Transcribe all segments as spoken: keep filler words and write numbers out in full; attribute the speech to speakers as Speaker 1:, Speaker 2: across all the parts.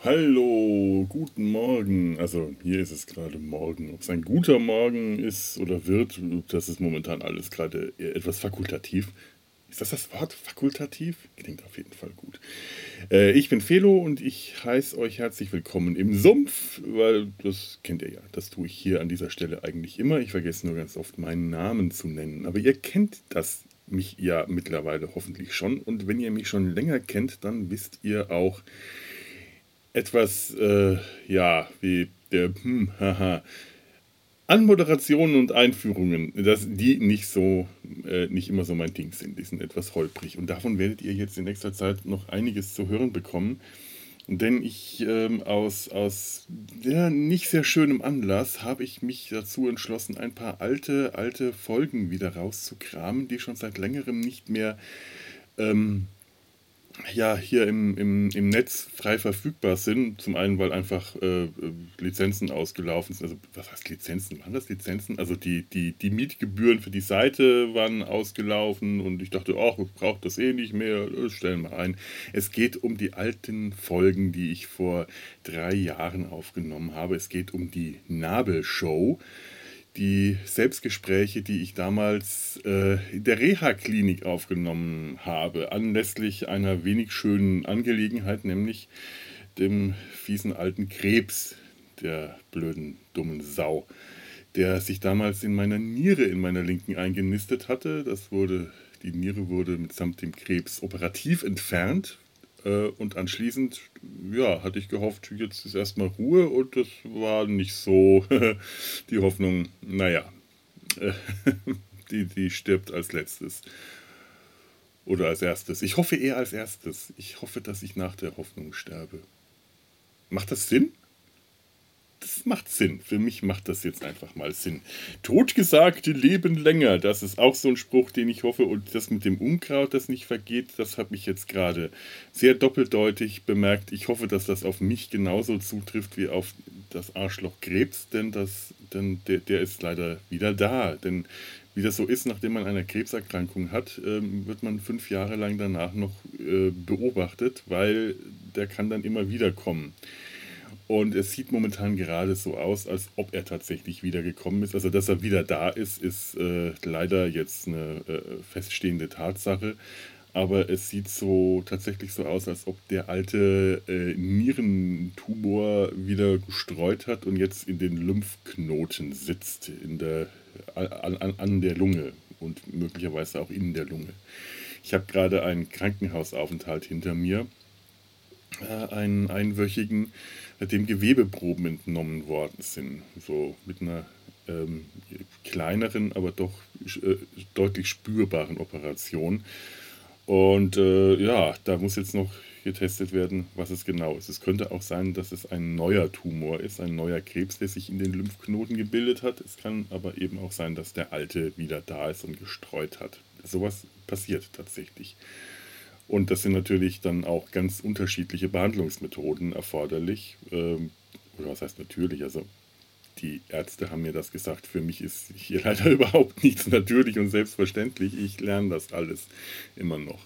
Speaker 1: Hallo, guten Morgen. Also hier ist es gerade Morgen. Ob es ein guter Morgen ist oder wird, das ist momentan alles gerade eher etwas fakultativ. Ist das das Wort? Fakultativ? Klingt auf jeden Fall gut. Äh, ich bin Felo und ich heiße euch herzlich willkommen im Sumpf, weil das kennt ihr ja. Das tue ich hier an dieser Stelle eigentlich immer. Ich vergesse nur ganz oft meinen Namen zu nennen. Aber ihr kennt das mich ja mittlerweile hoffentlich schon. Und wenn ihr mich schon länger kennt, dann wisst ihr auch, etwas, äh, ja, wie der, hm, haha, Anmoderationen und Einführungen, dass die nicht so, äh, nicht immer so mein Ding sind. Die sind etwas holprig. Und davon werdet ihr jetzt in nächster Zeit noch einiges zu hören bekommen. Denn ich ähm, aus, aus ja, nicht sehr schönem Anlass habe ich mich dazu entschlossen, ein paar alte, alte Folgen wieder rauszukramen, die schon seit längerem nicht mehr ähm, ja, hier im, im, im Netz frei verfügbar sind. Zum einen, weil einfach äh, äh, Lizenzen ausgelaufen sind. Also, was heißt Lizenzen? Waren das Lizenzen? Also, die, die, die Mietgebühren für die Seite waren ausgelaufen und ich dachte, ach, ich brauche das eh nicht mehr, äh, stellen wir ein. Es geht um die alten Folgen, die ich vor drei Jahren aufgenommen habe. Es geht um die Nabelshow, die Selbstgespräche, die ich damals äh, in der Reha-Klinik aufgenommen habe, anlässlich einer wenig schönen Angelegenheit, nämlich dem fiesen alten Krebs, der blöden, dummen Sau, der sich damals in meiner Niere, in meiner linken eingenistet hatte. Das wurde, die Niere wurde mitsamt dem Krebs operativ entfernt. Äh, und anschließend, ja, hatte ich gehofft, jetzt ist erstmal Ruhe und das war nicht so die Hoffnung, naja, äh, die, die stirbt als letztes oder als erstes. Ich hoffe eher als erstes. Ich hoffe, dass ich nach der Hoffnung sterbe. Macht das Sinn? Das macht Sinn. Für mich macht das jetzt einfach mal Sinn. Totgesagte leben länger. Das ist auch so ein Spruch, den ich hoffe. Und das mit dem Unkraut, das nicht vergeht, das habe ich jetzt gerade sehr doppeldeutig bemerkt. Ich hoffe, dass das auf mich genauso zutrifft wie auf das Arschloch Krebs, denn, das, denn der, der ist leider wieder da. Denn wie das so ist, nachdem man eine Krebserkrankung hat, ähm, wird man fünf Jahre lang danach noch äh, beobachtet, weil der kann dann immer wieder kommen. Und es sieht momentan gerade so aus, als ob er tatsächlich wiedergekommen ist. Also, dass er wieder da ist, ist äh, leider jetzt eine äh, feststehende Tatsache. Aber es sieht so tatsächlich so aus, als ob der alte äh, Nierentumor wieder gestreut hat und jetzt in den Lymphknoten sitzt, in der, an, an, an der Lunge und möglicherweise auch in der Lunge. Ich habe gerade einen Krankenhausaufenthalt hinter mir, äh, einen einwöchigen, bei dem Gewebeproben entnommen worden sind. So mit einer ähm, kleineren, aber doch äh, deutlich spürbaren Operation. Und äh, ja, da muss jetzt noch getestet werden, was es genau ist. Es könnte auch sein, dass es ein neuer Tumor ist, ein neuer Krebs, der sich in den Lymphknoten gebildet hat. Es kann aber eben auch sein, dass der alte wieder da ist und gestreut hat. Sowas passiert tatsächlich. Und das sind natürlich dann auch ganz unterschiedliche Behandlungsmethoden erforderlich. Ähm, oder was heißt natürlich? Also die Ärzte haben mir das gesagt. Für mich ist hier leider überhaupt nichts natürlich und selbstverständlich. Ich lerne das alles immer noch.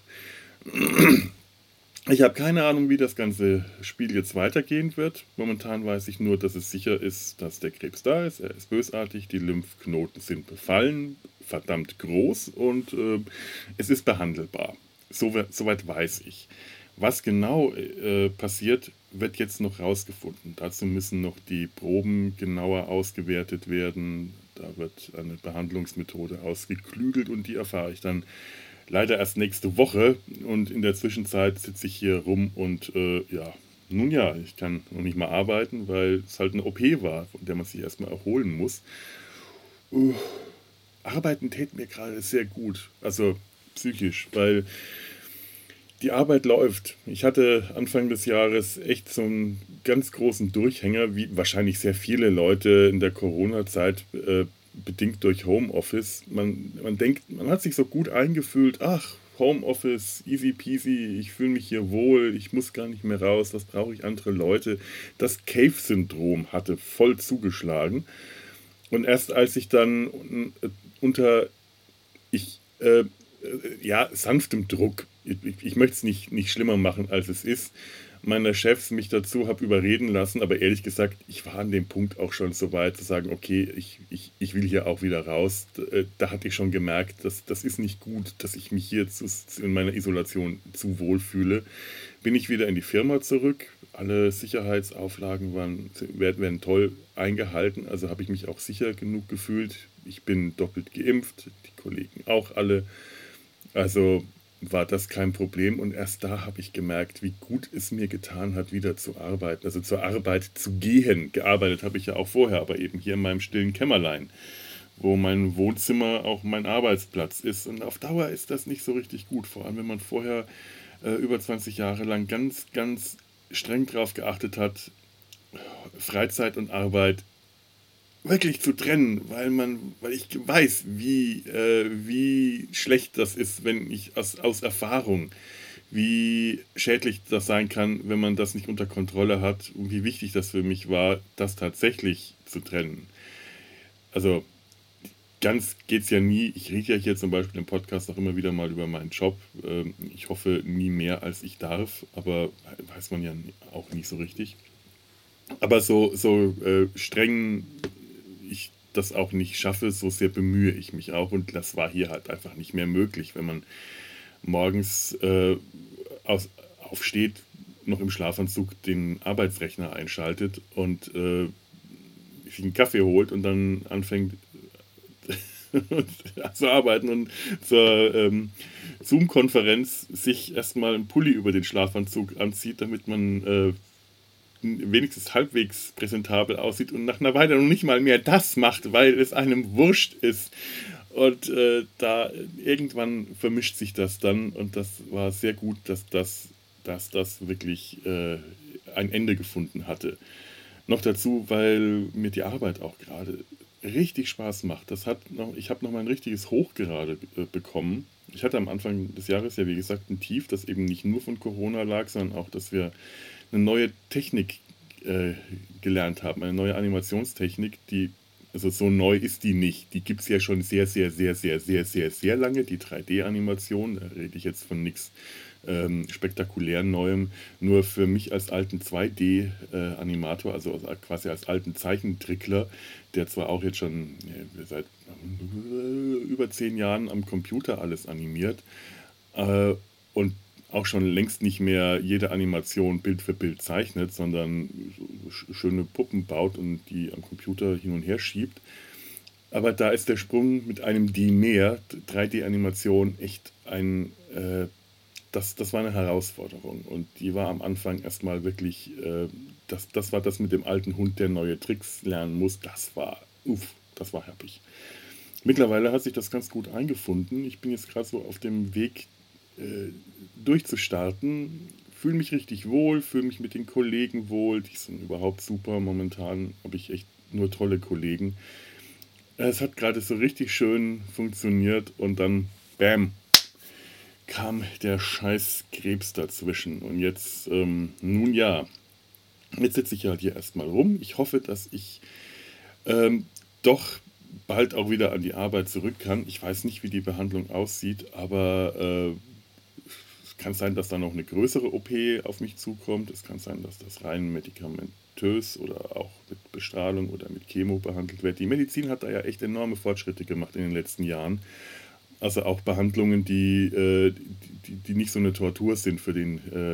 Speaker 1: Ich habe keine Ahnung, wie das ganze Spiel jetzt weitergehen wird. Momentan weiß ich nur, dass es sicher ist, dass der Krebs da ist. Er ist bösartig, die Lymphknoten sind befallen, verdammt groß und äh, es ist behandelbar. So, soweit weiß ich. Was genau äh, passiert, wird jetzt noch rausgefunden. Dazu müssen noch die Proben genauer ausgewertet werden. Da wird eine Behandlungsmethode ausgeklügelt und die erfahre ich dann leider erst nächste Woche. Und in der Zwischenzeit sitze ich hier rum und äh, ja, nun ja, ich kann noch nicht mal arbeiten, weil es halt eine O P war, von der man sich erstmal erholen muss. Uh, Arbeiten täte mir gerade sehr gut, also psychisch, weil die Arbeit läuft. Ich hatte Anfang des Jahres echt so einen ganz großen Durchhänger, wie wahrscheinlich sehr viele Leute in der Corona-Zeit, äh, bedingt durch Homeoffice. Man, man denkt, man hat sich so gut eingefühlt, ach, Homeoffice, easy peasy, ich fühle mich hier wohl, ich muss gar nicht mehr raus, was brauche ich andere Leute. Das Cave-Syndrom hatte voll zugeschlagen. Und erst als ich dann äh, unter ich, äh, äh, ja, sanftem Druck. Ich, ich, ich möchte es nicht, nicht schlimmer machen, als es ist. meiner Chefs mich dazu habe überreden lassen, aber ehrlich gesagt, ich war an dem Punkt auch schon so weit zu sagen, okay, ich, ich, ich will hier auch wieder raus. Da, da hatte ich schon gemerkt, dass das ist nicht gut, dass ich mich hier zu, in meiner Isolation zu wohl fühle. Bin ich wieder in die Firma zurück. Alle Sicherheitsauflagen waren, werden, werden toll eingehalten, also habe ich mich auch sicher genug gefühlt. Ich bin doppelt geimpft, die Kollegen auch alle. Also war das kein Problem und erst da habe ich gemerkt, wie gut es mir getan hat, wieder zu arbeiten, also zur Arbeit zu gehen. Gearbeitet habe ich ja auch vorher, aber eben hier in meinem stillen Kämmerlein, wo mein Wohnzimmer auch mein Arbeitsplatz ist. Und auf Dauer ist das nicht so richtig gut, vor allem wenn man vorher äh, über zwanzig Jahre lang ganz, ganz streng darauf geachtet hat, Freizeit und Arbeit wirklich zu trennen, weil man, weil ich weiß, wie, äh, wie schlecht das ist, wenn ich aus, aus Erfahrung, wie schädlich das sein kann, wenn man das nicht unter Kontrolle hat und wie wichtig das für mich war, das tatsächlich zu trennen. Also ganz geht es ja nie. Ich rede ja hier zum Beispiel im Podcast auch immer wieder mal über meinen Job. Ähm, ich hoffe nie mehr, als ich darf, aber weiß man ja auch nicht so richtig. Aber so, so äh, streng ich das auch nicht schaffe, so sehr bemühe ich mich auch. Und das war hier halt einfach nicht mehr möglich, wenn man morgens äh, aus, aufsteht, noch im Schlafanzug den Arbeitsrechner einschaltet und äh, sich einen Kaffee holt und dann anfängt zu arbeiten und zur ähm, Zoom-Konferenz sich erstmal einen Pulli über den Schlafanzug anzieht, damit man äh, wenigstens halbwegs präsentabel aussieht und nach einer Weile noch nicht mal mehr das macht, weil es einem wurscht ist. Und äh, da irgendwann vermischt sich das dann und das war sehr gut, dass das, dass das wirklich äh, ein Ende gefunden hatte. Noch dazu, weil mir die Arbeit auch gerade richtig Spaß macht. Das hat noch, ich habe noch mal ein richtiges Hoch gerade äh, bekommen. Ich hatte am Anfang des Jahres ja, wie gesagt, ein Tief, das eben nicht nur von Corona lag, sondern auch, dass wir eine neue Technik äh, gelernt haben, eine neue Animationstechnik, die, also so neu ist die nicht. Die gibt es ja schon sehr, sehr, sehr, sehr, sehr, sehr, sehr lange, die drei D-Animation. Da rede ich jetzt von nichts ähm, spektakulär Neuem. Nur für mich als alten zwei D-Animator, äh, also quasi als alten Zeichentrickler, der zwar auch jetzt schon äh, seit äh, über zehn Jahren am Computer alles animiert äh, und auch schon längst nicht mehr jede Animation Bild für Bild zeichnet, sondern so schöne Puppen baut und die am Computer hin und her schiebt. Aber da ist der Sprung mit einem D mehr, drei D-Animation, echt ein, äh, das, das war eine Herausforderung. Und die war am Anfang erstmal wirklich, äh, das, das war das mit dem alten Hund, der neue Tricks lernen muss. Das war, uff, das war happig. Mittlerweile hat sich das ganz gut eingefunden. Ich bin jetzt gerade so auf dem Weg, äh, durchzustarten. Fühle mich richtig wohl, fühle mich mit den Kollegen wohl. Die sind überhaupt super. Momentan habe ich echt nur tolle Kollegen. Es hat gerade so richtig schön funktioniert und dann, bam, kam der scheiß Krebs dazwischen. Und jetzt, ähm, nun ja, jetzt sitze ich halt hier erstmal rum. Ich hoffe, dass ich ähm, doch bald auch wieder an die Arbeit zurück kann. Ich weiß nicht, wie die Behandlung aussieht, aber äh, es kann sein, dass da noch eine größere O P auf mich zukommt. Es kann sein, dass das rein medikamentös oder auch mit Bestrahlung oder mit Chemo behandelt wird. Die Medizin hat da ja echt enorme Fortschritte gemacht in den letzten Jahren. Also auch Behandlungen, die, äh, die, die nicht so eine Tortur sind für den äh, äh,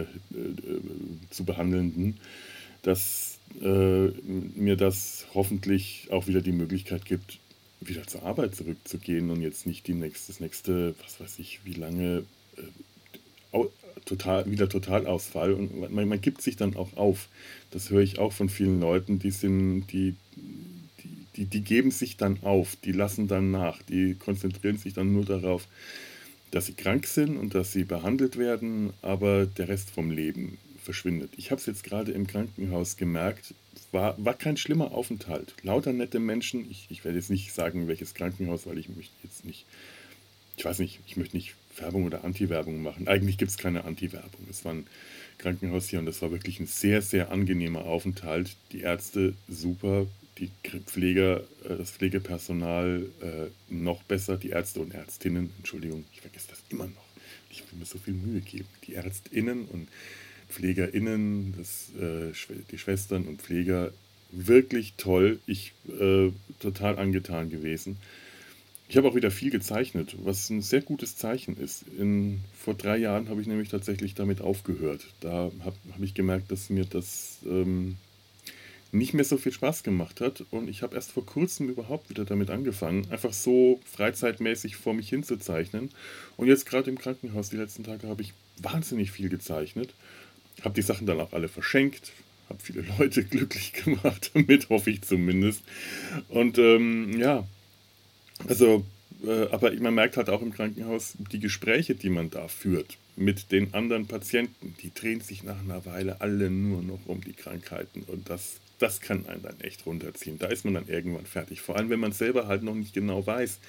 Speaker 1: zu Behandelnden, dass äh, mir das hoffentlich auch wieder die Möglichkeit gibt, wieder zur Arbeit zurückzugehen und jetzt nicht die nächste, das nächste, was weiß ich, wie lange äh, au, total, wieder Totalausfall. Und man, man gibt sich dann auch auf. Das höre ich auch von vielen Leuten, die sind, die, die, die, die geben sich dann auf, die lassen dann nach, die konzentrieren sich dann nur darauf, dass sie krank sind und dass sie behandelt werden, aber der Rest vom Leben verschwindet. Ich habe es jetzt gerade im Krankenhaus gemerkt, war, war kein schlimmer Aufenthalt. Lauter nette Menschen, ich, ich werde jetzt nicht sagen, welches Krankenhaus, weil ich möchte jetzt nicht, ich weiß nicht, ich möchte nicht Werbung oder Anti-Werbung machen. Eigentlich gibt es keine Anti-Werbung. Es war ein Krankenhaus hier und das war wirklich ein sehr, sehr angenehmer Aufenthalt. Die Ärzte super, die Pfleger, das Pflegepersonal äh, noch besser, die Ärzte und Ärztinnen, Entschuldigung, ich vergesse das immer noch. Ich will mir so viel Mühe geben. Die Ärztinnen und PflegerInnen, das, äh, die Schwestern und Pfleger, wirklich toll. Ich äh, total angetan gewesen. Ich habe auch wieder viel gezeichnet, was ein sehr gutes Zeichen ist. In, vor drei Jahren habe ich nämlich tatsächlich damit aufgehört. Da habe hab ich gemerkt, dass mir das ähm, nicht mehr so viel Spaß gemacht hat. Und ich habe erst vor kurzem überhaupt wieder damit angefangen, einfach so freizeitmäßig vor mich hin zu zeichnen. Und jetzt gerade im Krankenhaus, die letzten Tage, habe ich wahnsinnig viel gezeichnet. Habe die Sachen dann auch alle verschenkt. Habe viele Leute glücklich gemacht, damit hoffe ich zumindest. Und ähm, ja, also, äh, aber man merkt halt auch im Krankenhaus, die Gespräche, die man da führt mit den anderen Patienten, die drehen sich nach einer Weile alle nur noch um die Krankheiten. Und das, das kann einen dann echt runterziehen. Da ist man dann irgendwann fertig. Vor allem, wenn man selber halt noch nicht genau weiß,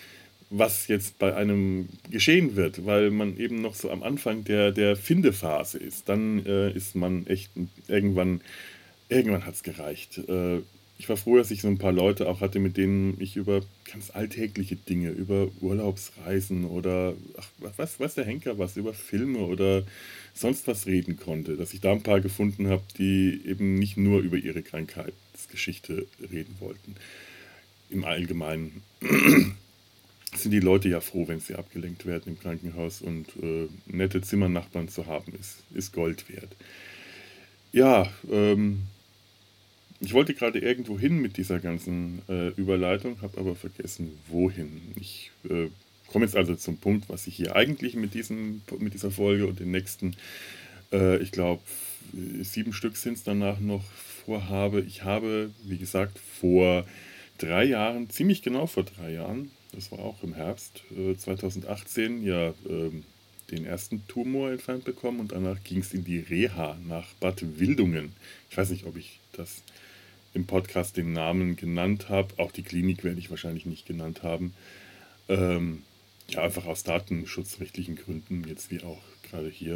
Speaker 1: was jetzt bei einem geschehen wird, weil man eben noch so am Anfang der, der Findephase ist. Dann äh, ist man echt irgendwann Irgendwann hat es gereicht. Äh, ich war froh, dass ich so ein paar Leute auch hatte, mit denen ich über ganz alltägliche Dinge, über Urlaubsreisen oder ach, was weiß der Henker was, über Filme oder sonst was reden konnte. Dass ich da ein paar gefunden habe, die eben nicht nur über ihre Krankheitsgeschichte reden wollten. Im Allgemeinen sind die Leute ja froh, wenn sie abgelenkt werden im Krankenhaus und äh, nette Zimmernachbarn zu haben, ist, ist Gold wert. Ja, ähm, ich wollte gerade irgendwo hin mit dieser ganzen äh, Überleitung, habe aber vergessen, wohin. Ich äh, komme jetzt also zum Punkt, was ich hier eigentlich mit, diesem, mit dieser Folge und den nächsten, äh, ich glaube, sieben Stück sind es danach noch vorhabe. Ich habe, wie gesagt, vor drei Jahren, ziemlich genau vor drei Jahren, das war auch im Herbst äh, zweitausendachtzehn, ja, ähm, den ersten Tumor entfernt bekommen und danach ging es in die Reha nach Bad Wildungen. Ich weiß nicht, ob ich das im Podcast den Namen genannt habe. Auch die Klinik werde ich wahrscheinlich nicht genannt haben. Ähm, ja, einfach aus datenschutzrechtlichen Gründen, jetzt wie auch gerade hier.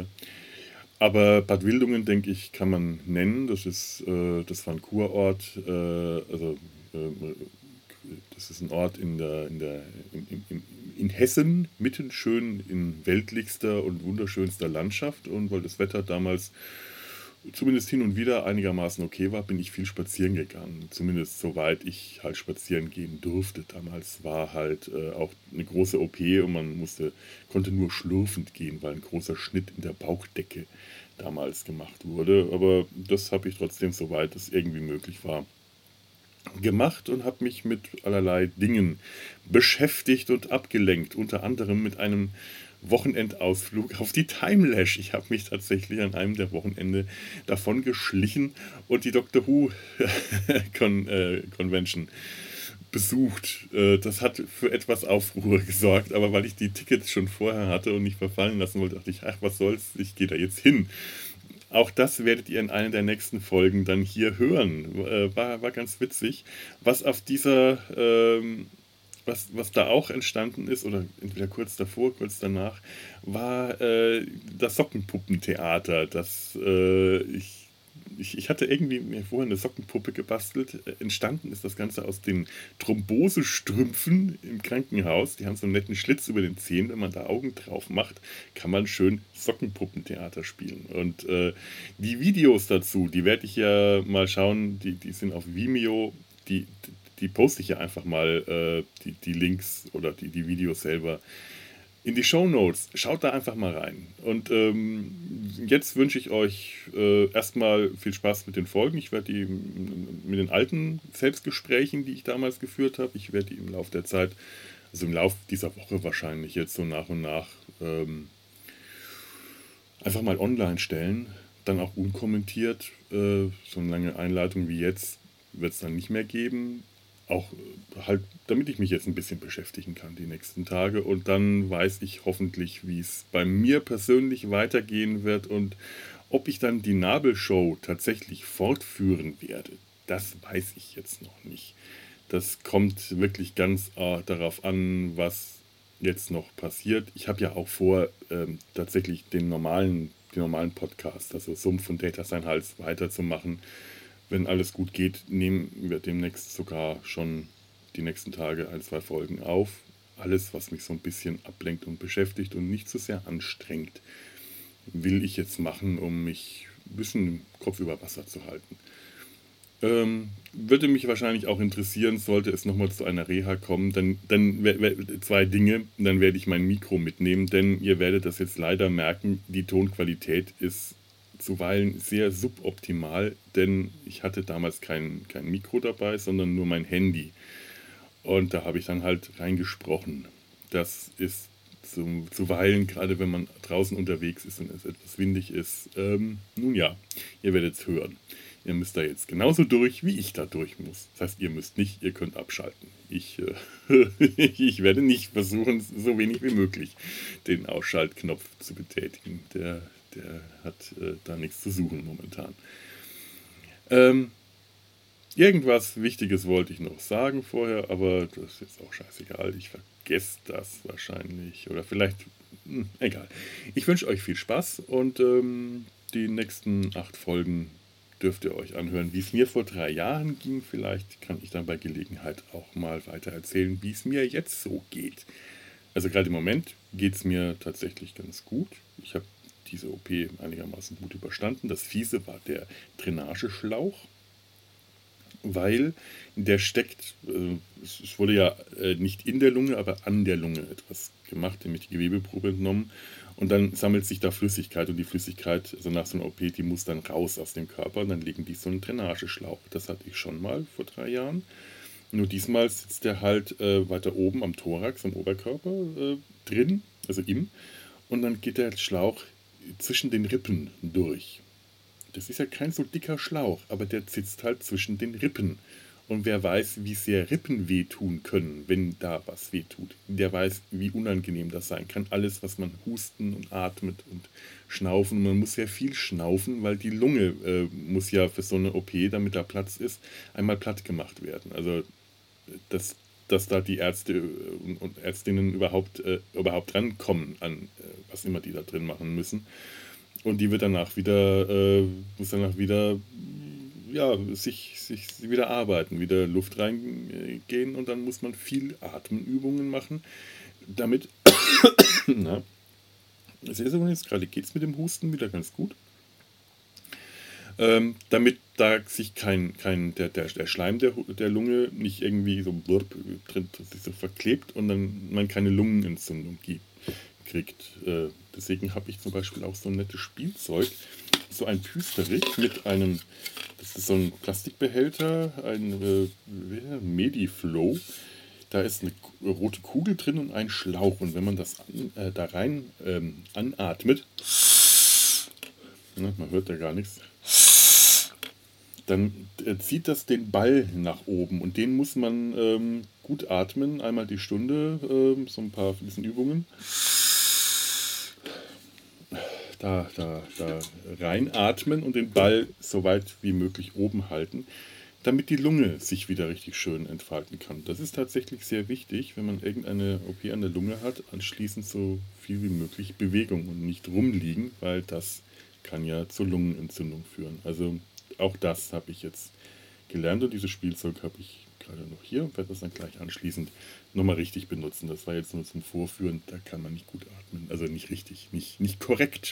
Speaker 1: Aber Bad Wildungen, denke ich, kann man nennen. Das ist, äh, das war ein Kurort, äh, also äh, das ist ein Ort in, der, in, der, in, in, in Hessen, mitten schön in weltlichster und wunderschönster Landschaft. Und weil das Wetter damals zumindest hin und wieder einigermaßen okay war, bin ich viel spazieren gegangen. Zumindest soweit ich halt spazieren gehen durfte. Damals war halt äh, auch eine große O P und man musste, konnte nur schlurfend gehen, weil ein großer Schnitt in der Bauchdecke damals gemacht wurde. Aber das habe ich trotzdem, soweit es irgendwie möglich war, gemacht und habe mich mit allerlei Dingen beschäftigt und abgelenkt. Unter anderem mit einem Wochenendausflug auf die Timelash. Ich habe mich tatsächlich an einem der Wochenende davon geschlichen und die Doctor Who Con äh, Convention besucht. Äh, das hat für etwas Aufruhr gesorgt, aber weil ich die Tickets schon vorher hatte und nicht verfallen lassen wollte, dachte ich, ach, was soll's, ich gehe da jetzt hin. Auch das werdet ihr in einer der nächsten Folgen dann hier hören. Äh, war, war ganz witzig. Was auf dieser, ähm, was, was da auch entstanden ist, oder entweder kurz davor, kurz danach, war äh, das Sockenpuppentheater, das äh, ich ich, ich hatte irgendwie mir vorher eine Sockenpuppe gebastelt. Äh, Entstanden ist das Ganze aus den Thrombosestrümpfen im Krankenhaus. Die haben so einen netten Schlitz über den Zehen. Wenn man da Augen drauf macht, kann man schön Sockenpuppentheater spielen. Und äh, die Videos dazu, die werde ich ja mal schauen. Die, die sind auf Vimeo. Die, die poste ich ja einfach mal, äh, die, die Links oder die, die Videos selber in die Shownotes. Schaut da einfach mal rein. Und ähm, jetzt wünsche ich euch äh, erstmal viel Spaß mit den Folgen. Ich werde die mit den alten Selbstgesprächen, die ich damals geführt habe, ich werde die im Laufe der Zeit, also im Laufe dieser Woche wahrscheinlich jetzt so nach und nach ähm, einfach mal online stellen. Dann auch unkommentiert. Äh, so eine lange Einleitung wie jetzt wird es dann nicht mehr geben. Auch äh, halt, damit ich mich jetzt ein bisschen beschäftigen kann die nächsten Tage. Und dann weiß ich hoffentlich, wie es bei mir persönlich weitergehen wird und ob ich dann die Nabelshow tatsächlich fortführen werde. Das weiß ich jetzt noch nicht. Das kommt wirklich ganz äh, darauf an, was jetzt noch passiert. Ich habe ja auch vor, ähm, tatsächlich den normalen, den normalen Podcast, also Sumpf und Data sein Hals, weiterzumachen. Wenn alles gut geht, nehmen wir demnächst sogar schon die nächsten Tage ein, zwei Folgen auf. Alles, was mich so ein bisschen ablenkt und beschäftigt und nicht zu sehr anstrengt. will ich jetzt machen, um mich ein bisschen Kopf über Wasser zu halten. Ähm, würde mich wahrscheinlich auch interessieren, sollte es nochmal zu einer Reha kommen, dann, dann wer- wer- zwei Dinge, dann werde ich mein Mikro mitnehmen, denn ihr werdet das jetzt leider merken, die Tonqualität ist zuweilen sehr suboptimal, denn ich hatte damals kein, kein Mikro dabei, sondern nur mein Handy. Und da habe ich dann halt reingesprochen. Das ist zum, zuweilen, gerade wenn man draußen unterwegs ist und es etwas windig ist, ähm, nun ja, ihr werdet es hören. Ihr müsst da jetzt genauso durch, wie ich da durch muss. Das heißt, ihr müsst nicht, ihr könnt abschalten. Ich, äh, ich werde nicht versuchen, so wenig wie möglich den Ausschaltknopf zu betätigen. Der, der hat äh, da nichts zu suchen momentan. Ähm, Irgendwas Wichtiges wollte ich noch sagen vorher, aber das ist jetzt auch scheißegal. Ich vergesse das wahrscheinlich. Oder vielleicht, hm, egal. Ich wünsche euch viel Spaß und ähm, die nächsten acht Folgen dürft ihr euch anhören, wie es mir vor drei Jahren ging. Vielleicht kann ich dann bei Gelegenheit auch mal weiter erzählen, wie es mir jetzt so geht. Also gerade im Moment geht es mir tatsächlich ganz gut. Ich habe diese O P einigermaßen gut überstanden. Das Fiese war der Drainageschlauch, weil der steckt, äh, es, es wurde ja äh, nicht in der Lunge, aber an der Lunge etwas gemacht, nämlich die Gewebeprobe entnommen und dann sammelt sich da Flüssigkeit und die Flüssigkeit, also nach so einer O P, die muss dann raus aus dem Körper und dann legen die so einen Drainageschlauch. Das hatte ich schon mal vor drei Jahren. Nur diesmal sitzt der halt äh, weiter oben am Thorax, am Oberkörper äh, drin, also im, und dann geht der Schlauch zwischen den Rippen durch. Das ist ja kein so dicker Schlauch, aber der sitzt halt zwischen den Rippen. Und wer weiß, wie sehr Rippen wehtun können, wenn da was wehtut. Der weiß, wie unangenehm das sein kann. Alles, was man husten und atmet und schnaufen. Und man muss sehr viel schnaufen, weil die Lunge äh, muss ja für so eine O P, damit da Platz ist, einmal platt gemacht werden. Also, dass, dass da die Ärzte und, und Ärztinnen überhaupt, äh, überhaupt rankommen an, äh, was immer die da drin machen müssen. Und die wird danach wieder, äh, muss danach wieder, ja, sich, sich wieder arbeiten, wieder Luft reingehen und dann muss man viel Atemübungen machen, damit, na, das ist übrigens gerade, geht es mit dem Husten wieder ganz gut, ähm, damit da sich kein, kein der, der, der Schleim der, der Lunge nicht irgendwie so blurp, drin sich so verklebt und dann man keine Lungenentzündung gibt. kriegt. Äh, deswegen habe ich zum Beispiel auch so ein nettes Spielzeug, so ein Püsterich mit einem, das ist so ein Plastikbehälter, ein äh, Mediflow. Da ist eine rote Kugel drin und ein Schlauch. Und wenn man das an, äh, da rein ähm, anatmet, ne, man hört ja gar nichts, dann äh, zieht das den Ball nach oben und den muss man ähm, gut atmen, einmal die Stunde, ähm, so ein paar von diesen Übungen. Da, da, da reinatmen und den Ball so weit wie möglich oben halten, damit die Lunge sich wieder richtig schön entfalten kann. Das ist tatsächlich sehr wichtig, wenn man irgendeine O P an der Lunge hat, anschließend so viel wie möglich Bewegung und nicht rumliegen, weil das kann ja zur Lungenentzündung führen. Also auch das habe ich jetzt gelernt und dieses Spielzeug habe ich gerade noch hier und werde das dann gleich anschließend nochmal richtig benutzen. Das war jetzt nur zum Vorführen, da kann man nicht gut atmen, also nicht richtig, nicht, nicht korrekt.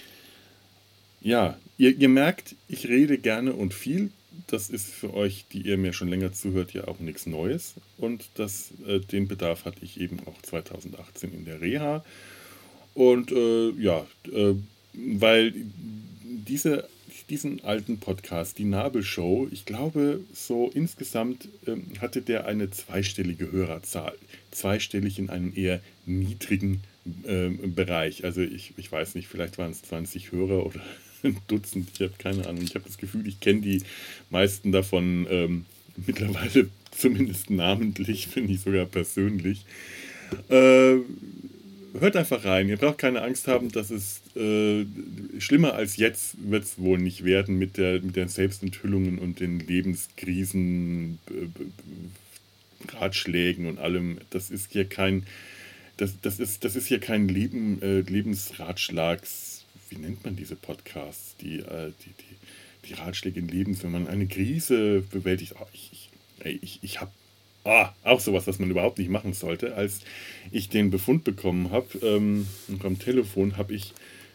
Speaker 1: Ja, ihr, ihr merkt, ich rede gerne und viel. Das ist für euch, die ihr mir schon länger zuhört, ja auch nichts Neues. Und das, äh, den Bedarf hatte ich eben auch zweitausendachtzehn in der Reha. Und äh, ja, äh, weil diese, diesen alten Podcast, die Nabelshow, ich glaube, so insgesamt ähm, hatte der eine zweistellige Hörerzahl. Zweistellig in einem eher niedrigen ähm, Bereich. Also ich, ich weiß nicht, vielleicht waren es zwanzig Hörer oder ein Dutzend, ich habe keine Ahnung. Ich habe das Gefühl, ich kenne die meisten davon ähm, mittlerweile zumindest namentlich, wenn nicht sogar persönlich. Äh, Hört einfach rein. Ihr braucht keine Angst haben, dass es äh, schlimmer als jetzt wird es wohl nicht werden mit der mit den Selbstenthüllungen und den Lebenskrisen, äh, Ratschlägen und allem. Das ist hier kein, das, das ist, das ist hier kein Leben, äh, Lebensratschlags, wie nennt man diese Podcasts, die, äh, die, die, die Ratschläge in Lebens, wenn man eine Krise bewältigt. Oh, ich, ich, ey, ich, ich habe Ah, auch sowas, was man überhaupt nicht machen sollte. Als ich den Befund bekommen habe, ähm, am Telefon, habe ich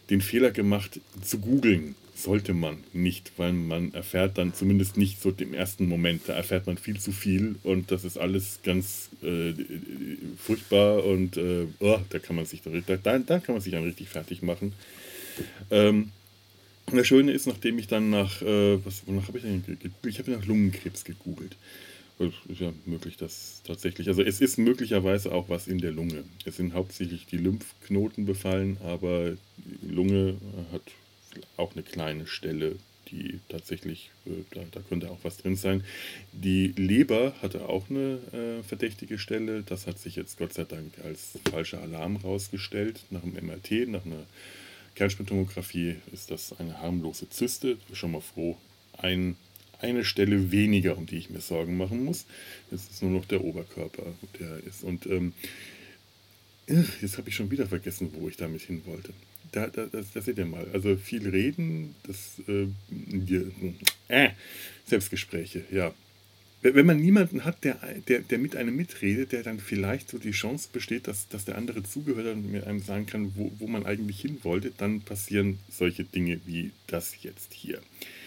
Speaker 1: den Fehler gemacht, zu googeln. Sollte man nicht, weil man erfährt dann zumindest nicht so im ersten Moment, da erfährt man viel zu viel und das ist alles ganz äh, furchtbar und äh, oh, da kann man sich da, da, da kann man sich dann richtig fertig machen. Ähm, das Schöne ist, nachdem ich dann nach, äh, was, wonach habe ich denn gegoogelt? Ich habe nach Lungenkrebs gegoogelt. Es ist ja möglich, dass tatsächlich, also es ist möglicherweise auch was in der Lunge. Es sind hauptsächlich die Lymphknoten befallen, aber die Lunge hat auch eine kleine Stelle, die tatsächlich, äh, da, da könnte auch was drin sein. Die Leber hatte auch eine äh, verdächtige Stelle. Das hat sich jetzt Gott sei Dank als falscher Alarm rausgestellt. Nach dem M R T, nach einer Kernspintomographie ist das eine harmlose Zyste. Ich bin schon mal froh. Ein, eine Stelle weniger, um die ich mir Sorgen machen muss. Es ist nur noch der Oberkörper, der ist. Und ähm, jetzt habe ich schon wieder vergessen, wo ich damit hin wollte. Da, da, das, das seht ihr mal. Also viel reden, das äh, äh, Selbstgespräche, ja. Wenn man niemanden hat, der, der, der mit einem mitredet, der dann vielleicht so die Chance besteht, dass, dass der andere zugehört hat und mir einem sagen kann, wo, wo man eigentlich hin wollte, dann passieren solche Dinge wie das jetzt hier.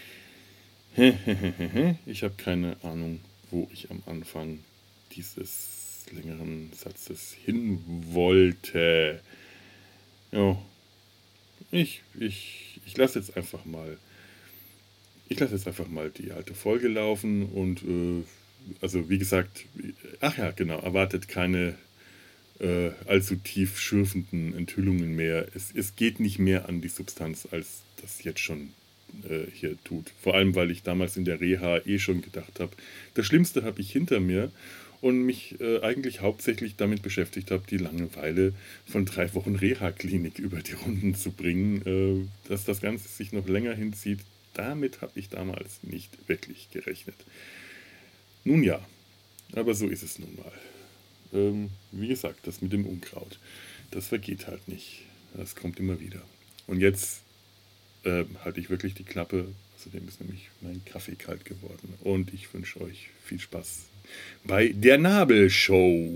Speaker 1: Ich habe keine Ahnung, wo ich am Anfang dieses längeren Satzes hin wollte. Ja, ich, ich, ich lasse jetzt einfach mal, ich lasse jetzt einfach mal die alte Folge laufen und äh, also wie gesagt, ach ja, genau, erwartet keine äh, allzu tief schürfenden Enthüllungen mehr. Es, es geht nicht mehr an die Substanz, als das jetzt schon äh, hier tut. Vor allem, weil ich damals in der Reha eh schon gedacht habe, das Schlimmste habe ich hinter mir und mich äh, eigentlich hauptsächlich damit beschäftigt habe, die Langeweile von drei Wochen Reha-Klinik über die Runden zu bringen. Äh, dass das Ganze sich noch länger hinzieht, damit habe ich damals nicht wirklich gerechnet. Nun ja, aber so ist es nun mal. Ähm, wie gesagt, das mit dem Unkraut, das vergeht halt nicht. Das kommt immer wieder. Und jetzt äh, halte ich wirklich die Klappe. Außerdem ist nämlich mein Kaffee kalt geworden. Und ich wünsche euch viel Spaß bei der Nabelshow.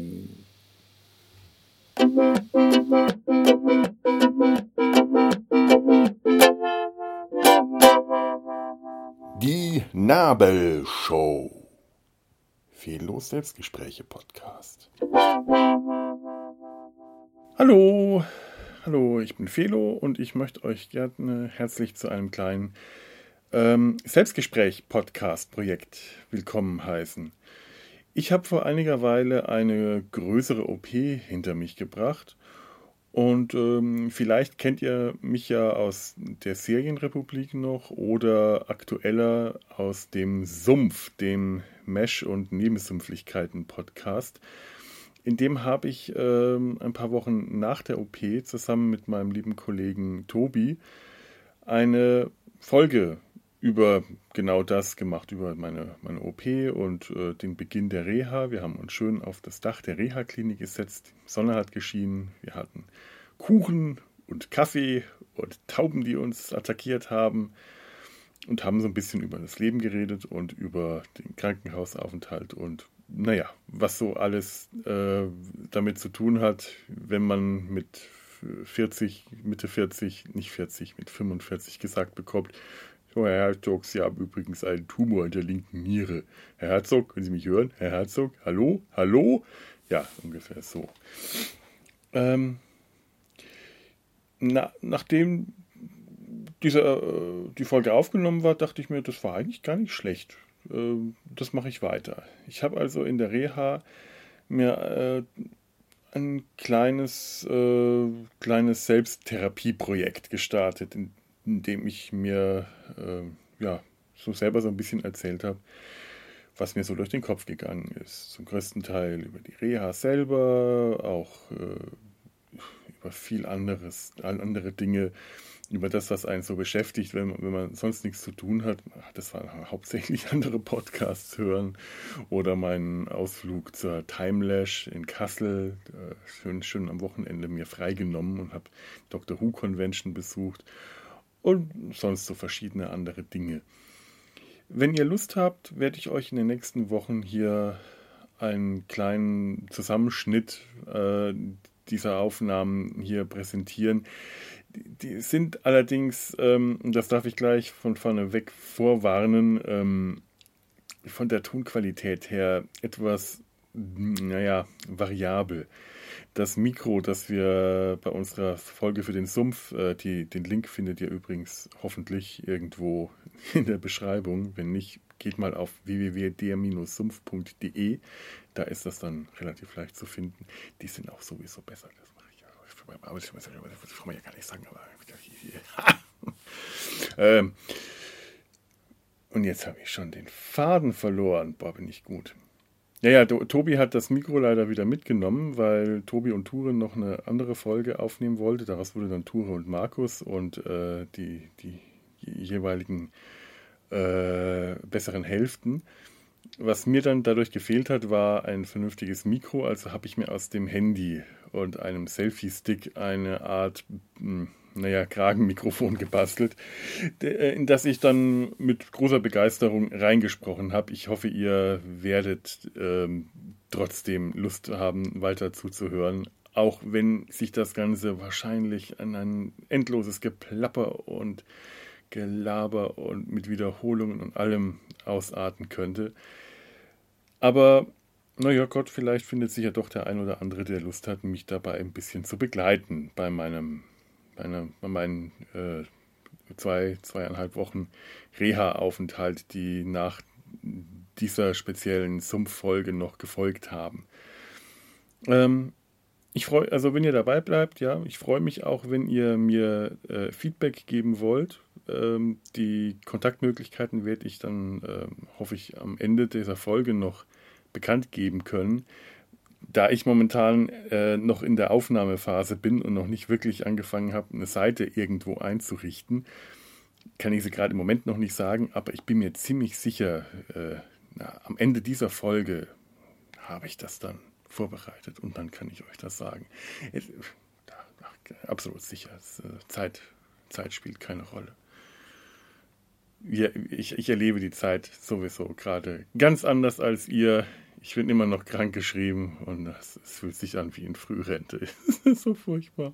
Speaker 1: Die Nabelshow. Fehllos Selbstgespräche Podcast. Hallo, hallo, ich bin Felo und ich möchte euch gerne herzlich zu einem kleinen ähm, Selbstgespräch-Podcast-Projekt willkommen heißen. Ich habe vor einiger Weile eine größere O P hinter mich gebracht und ähm, vielleicht kennt ihr mich ja aus der Serienrepublik noch oder aktueller aus dem Sumpf, dem Mesh- und Nebensumpflichkeiten-Podcast. In dem habe ich ähm, ein paar Wochen nach der O P zusammen mit meinem lieben Kollegen Tobi eine Folge über genau das gemacht, über meine, meine O P und äh, den Beginn der Reha. Wir haben uns schön auf das Dach der Reha-Klinik gesetzt. Die Sonne hat geschienen. Wir hatten Kuchen und Kaffee und Tauben, die uns attackiert haben. Und haben so ein bisschen über das Leben geredet und über den Krankenhausaufenthalt und naja, was so alles äh, damit zu tun hat, wenn man mit vierzig, Mitte vierzig, nicht vierzig, mit fünfundvierzig gesagt bekommt, so, Herr Herzog, Sie haben übrigens einen Tumor in der linken Niere. Herr Herzog, können Sie mich hören? Herr Herzog, hallo? Hallo? Ja, ungefähr so. Ähm, na, nachdem diese, äh, die Folge aufgenommen war, dachte ich mir, das war eigentlich gar nicht schlecht. Äh, das mache ich weiter. Ich habe also in der Reha mir äh, ein kleines, äh, kleines Selbsttherapieprojekt gestartet, in, in dem ich mir äh, ja, so selber so ein bisschen erzählt habe, was mir so durch den Kopf gegangen ist. Zum größten Teil über die Reha selber, auch äh, über viel anderes, andere Dinge, über das, was einen so beschäftigt, wenn man, wenn man sonst nichts zu tun hat. Das waren hauptsächlich andere Podcasts hören oder meinen Ausflug zur Timelash in Kassel, äh, schön, schön am Wochenende mir freigenommen und habe Doctor Who Convention besucht und sonst so verschiedene andere Dinge. Wenn ihr Lust habt, werde ich euch in den nächsten Wochen hier einen kleinen Zusammenschnitt äh, dieser Aufnahmen hier präsentieren. Die, die sind allerdings, ähm, das darf ich gleich von vorne weg vorwarnen, ähm, von der Tonqualität her etwas, naja, variabel. Das Mikro, das wir bei unserer Folge für den Sumpf, äh, die, den Link findet ihr übrigens hoffentlich irgendwo in der Beschreibung. Wenn nicht, geht mal auf w w w punkt der sumpf punkt d e. Da ist das dann relativ leicht zu finden. Die sind auch sowieso besser. Das mache ich ja. Das kann man ja gar nicht sagen, aber ähm, und jetzt habe ich schon den Faden verloren. Boah, bin ich gut. Ja, ja, Tobi hat das Mikro leider wieder mitgenommen, weil Tobi und Ture noch eine andere Folge aufnehmen wollte. Daraus wurde dann Ture und Markus und äh, die, die jeweiligen äh, besseren Hälften. Was mir dann dadurch gefehlt hat, war ein vernünftiges Mikro. Also habe ich mir aus dem Handy und einem Selfie-Stick eine Art, mh, naja, Kragenmikrofon gebastelt, in das ich dann mit großer Begeisterung reingesprochen habe. Ich hoffe, ihr werdet ähm, trotzdem Lust haben, weiter zuzuhören, auch wenn sich das Ganze wahrscheinlich an ein endloses Geplapper und Gelaber und mit Wiederholungen und allem ausarten könnte. Aber, naja Gott, vielleicht findet sich ja doch der ein oder andere, der Lust hat, mich dabei ein bisschen zu begleiten bei meinem bei, einer, bei meinen äh, zwei, zweieinhalb Wochen Reha-Aufenthalt, die nach dieser speziellen Sumpffolge noch gefolgt haben. Ähm, ich freue, also wenn ihr dabei bleibt, ja, ich freue mich auch, wenn ihr mir äh, Feedback geben wollt. Ähm, die Kontaktmöglichkeiten werde ich dann, äh, hoffe ich, am Ende dieser Folge noch bekannt geben können. Da ich momentan äh, noch in der Aufnahmephase bin und noch nicht wirklich angefangen habe, eine Seite irgendwo einzurichten, kann ich sie gerade im Moment noch nicht sagen, aber ich bin mir ziemlich sicher, äh, na, am Ende dieser Folge habe ich das dann vorbereitet und dann kann ich euch das sagen. Es, ach, absolut sicher, es, äh, Zeit, Zeit spielt keine Rolle. Ja, ich, ich erlebe die Zeit sowieso gerade ganz anders als ihr. Ich bin immer noch krank geschrieben und es fühlt sich an wie in Frührente. Es ist so furchtbar.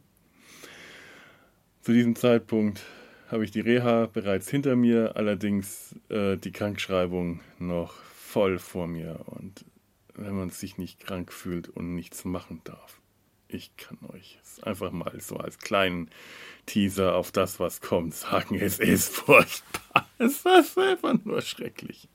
Speaker 1: Zu diesem Zeitpunkt habe ich die Reha bereits hinter mir, allerdings äh, die Krankschreibung noch voll vor mir. Und wenn man sich nicht krank fühlt und nichts machen darf, ich kann euch einfach mal so als kleinen Teaser auf das, was kommt, sagen, es ist furchtbar. Es ist einfach nur schrecklich.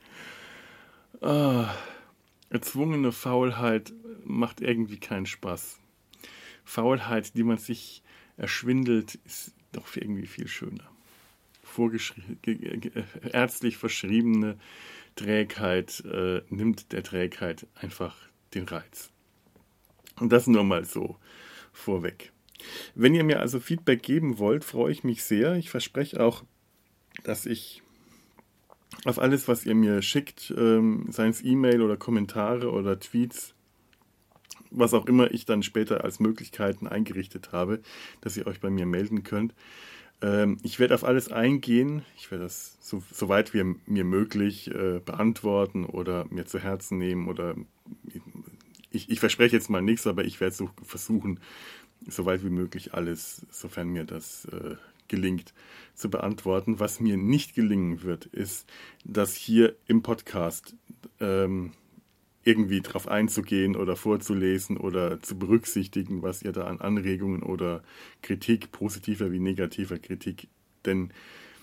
Speaker 1: Ah. Erzwungene Faulheit macht irgendwie keinen Spaß. Faulheit, die man sich erschwindelt, ist doch irgendwie viel schöner. Vorgeschrie- ärztlich verschriebene Trägheit äh, nimmt der Trägheit einfach den Reiz. Und das nur mal so vorweg. Wenn ihr mir also Feedback geben wollt, freue ich mich sehr. Ich verspreche auch, dass ich auf alles, was ihr mir schickt, ähm, seien es E-Mail oder Kommentare oder Tweets, was auch immer ich dann später als Möglichkeiten eingerichtet habe, dass ihr euch bei mir melden könnt. Ähm, ich werde auf alles eingehen. Ich werde das so, so weit wie mir möglich äh, beantworten oder mir zu Herzen nehmen. Oder ich, ich verspreche jetzt mal nichts, aber ich werde so versuchen, so weit wie möglich alles, sofern mir das äh, gelingt, zu beantworten. Was mir nicht gelingen wird, ist, das hier im Podcast ähm, irgendwie drauf einzugehen oder vorzulesen oder zu berücksichtigen, was ihr da an Anregungen oder Kritik, positiver wie negativer Kritik, denn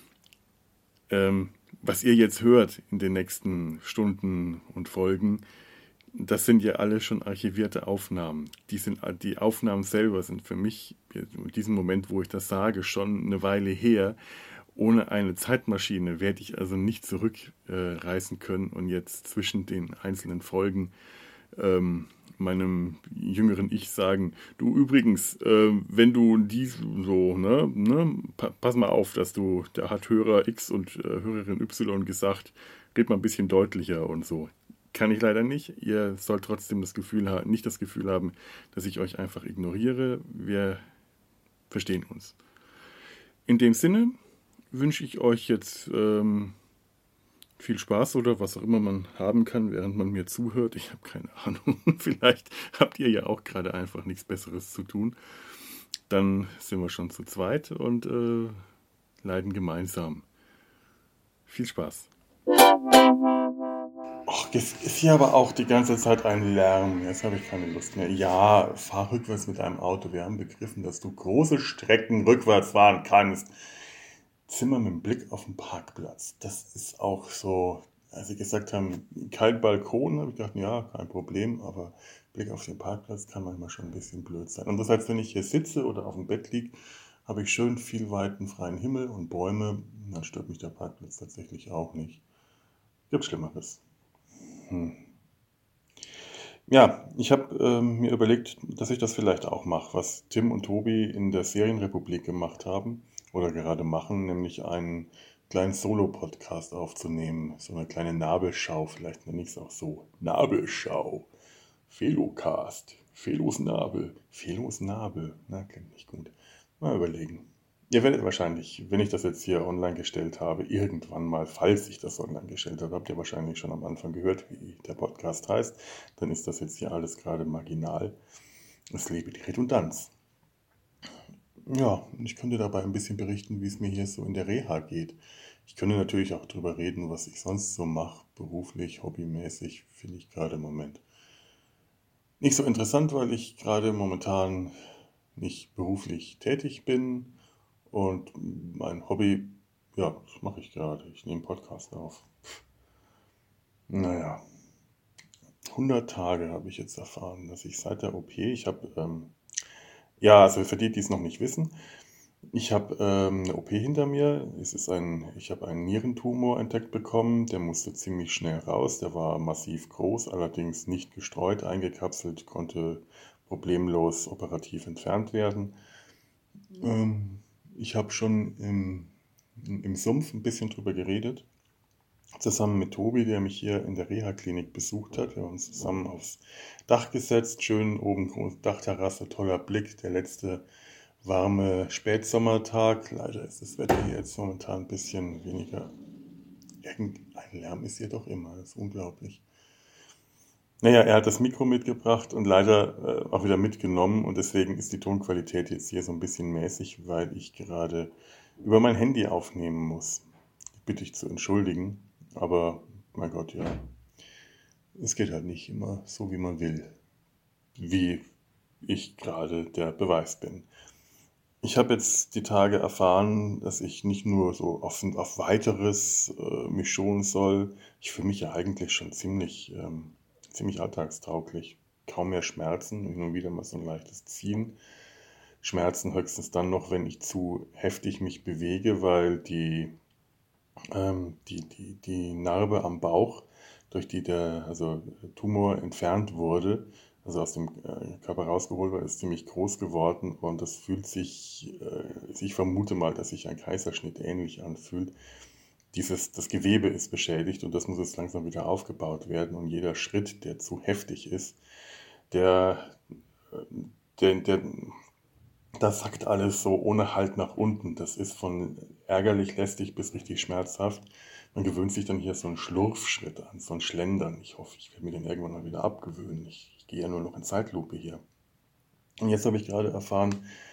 Speaker 1: ähm, was ihr jetzt hört in den nächsten Stunden und Folgen, das sind ja alle schon archivierte Aufnahmen. Die, sind, die Aufnahmen selber sind für mich in diesem Moment, wo ich das sage, schon eine Weile her. Ohne eine Zeitmaschine werde ich also nicht zurückreisen äh, können und jetzt zwischen den einzelnen Folgen ähm, meinem jüngeren Ich sagen, du übrigens, äh, wenn du dies so, ne, ne, pa- pass mal auf, dass du, da hat Hörer X und äh, Hörerin Y gesagt, red mal ein bisschen deutlicher und so. Kann ich leider nicht. Ihr sollt trotzdem das Gefühl haben, nicht das Gefühl haben, dass ich euch einfach ignoriere. Wir verstehen uns. In dem Sinne wünsche ich euch jetzt ähm, viel Spaß oder was auch immer man haben kann, während man mir zuhört. Ich habe keine Ahnung. Vielleicht habt ihr ja auch gerade einfach nichts Besseres zu tun. dann sind wir schon zu zweit und äh, leiden gemeinsam. Viel Spaß. Och, es ist hier aber auch die ganze Zeit ein Lärm. Jetzt habe ich keine Lust mehr. Ja, fahr rückwärts mit deinem Auto. Wir haben begriffen, dass du große Strecken rückwärts fahren kannst. Zimmer mit dem Blick auf den Parkplatz. Das ist auch so, als sie gesagt haben, kein Balkon, habe ich gedacht, ja, kein Problem, aber Blick auf den Parkplatz kann manchmal schon ein bisschen blöd sein. Und das heißt, wenn ich hier sitze oder auf dem Bett liege, habe ich schön viel weiten freien Himmel und Bäume. Dann stört mich der Parkplatz tatsächlich auch nicht. Gibt Schlimmeres. Hm. Ja, ich habe ähm, mir überlegt, dass ich das vielleicht auch mache, was Tim und Tobi in der Serienrepublik gemacht haben oder gerade machen, nämlich einen kleinen Solo-Podcast aufzunehmen. So eine kleine Nabelschau, vielleicht nenne ich es auch so. Nabelschau. Felocast. Felos Nabel. Felos Nabel. Na, klingt nicht gut. Mal überlegen. Ihr werdet wahrscheinlich, wenn ich das jetzt hier online gestellt habe, irgendwann mal, falls ich das online gestellt habe, habt ihr wahrscheinlich schon am Anfang gehört, wie der Podcast heißt. Dann ist das jetzt hier alles gerade marginal. Es lebe die Redundanz. Ja, und ich könnte dabei ein bisschen berichten, wie es mir hier so in der Reha geht. Ich könnte natürlich auch drüber reden, was ich sonst so mache, beruflich, hobbymäßig, finde ich gerade im Moment nicht so interessant, weil ich gerade momentan nicht beruflich tätig bin. Und mein Hobby, ja, das mache ich gerade. Ich nehme Podcast auf. Naja, hundert Tage habe ich jetzt erfahren, dass ich seit der O P, ich habe, ähm, ja, also für die, die es noch nicht wissen, ich habe ähm, eine O P hinter mir. Es ist ein, ich habe einen Nierentumor entdeckt bekommen. Der musste ziemlich schnell raus. Der war massiv groß, allerdings nicht gestreut, eingekapselt, konnte problemlos operativ entfernt werden. Ähm, ich habe schon im, im Sumpf ein bisschen drüber geredet, zusammen mit Tobi, der mich hier in der Reha-Klinik besucht hat. Wir haben uns zusammen aufs Dach gesetzt, schön oben große Dachterrasse, toller Blick, der letzte warme Spätsommertag. Leider ist das Wetter hier jetzt momentan ein bisschen weniger. Irgendein Lärm ist hier doch immer, das ist unglaublich. Naja, er hat das Mikro mitgebracht und leider äh, auch wieder mitgenommen und deswegen ist die Tonqualität jetzt hier so ein bisschen mäßig, weil ich gerade über mein Handy aufnehmen muss. Bitte ich zu entschuldigen, aber mein Gott, ja, es geht halt nicht immer so, wie man will, wie ich gerade der Beweis bin. Ich habe jetzt die Tage erfahren, dass ich nicht nur so auf, auf weiteres äh, mich schonen soll. Ich fühle mich ja eigentlich schon ziemlich, ähm, ziemlich alltagstauglich. Kaum mehr Schmerzen, hin und wieder mal so ein leichtes Ziehen. Schmerzen höchstens dann noch, wenn ich zu heftig mich bewege, weil die, ähm, die, die, die Narbe am Bauch, durch die der also Tumor entfernt wurde, also aus dem äh, Körper rausgeholt war, ist ziemlich groß geworden und das fühlt sich, äh, ich vermute mal, dass sich ein Kaiserschnitt ähnlich anfühlt. Dieses, das Gewebe ist beschädigt und das muss jetzt langsam wieder aufgebaut werden und jeder Schritt, der zu heftig ist, der, äh, der, der, das sackt alles so ohne Halt nach unten. Das ist von ärgerlich, lästig bis richtig schmerzhaft. Man gewöhnt sich dann hier so einen Schlurfschritt an, so ein Schlendern. Ich hoffe, ich werde mir den irgendwann mal wieder abgewöhnen. Ich, ich gehe ja nur noch in Zeitlupe hier. Und jetzt habe ich gerade erfahren,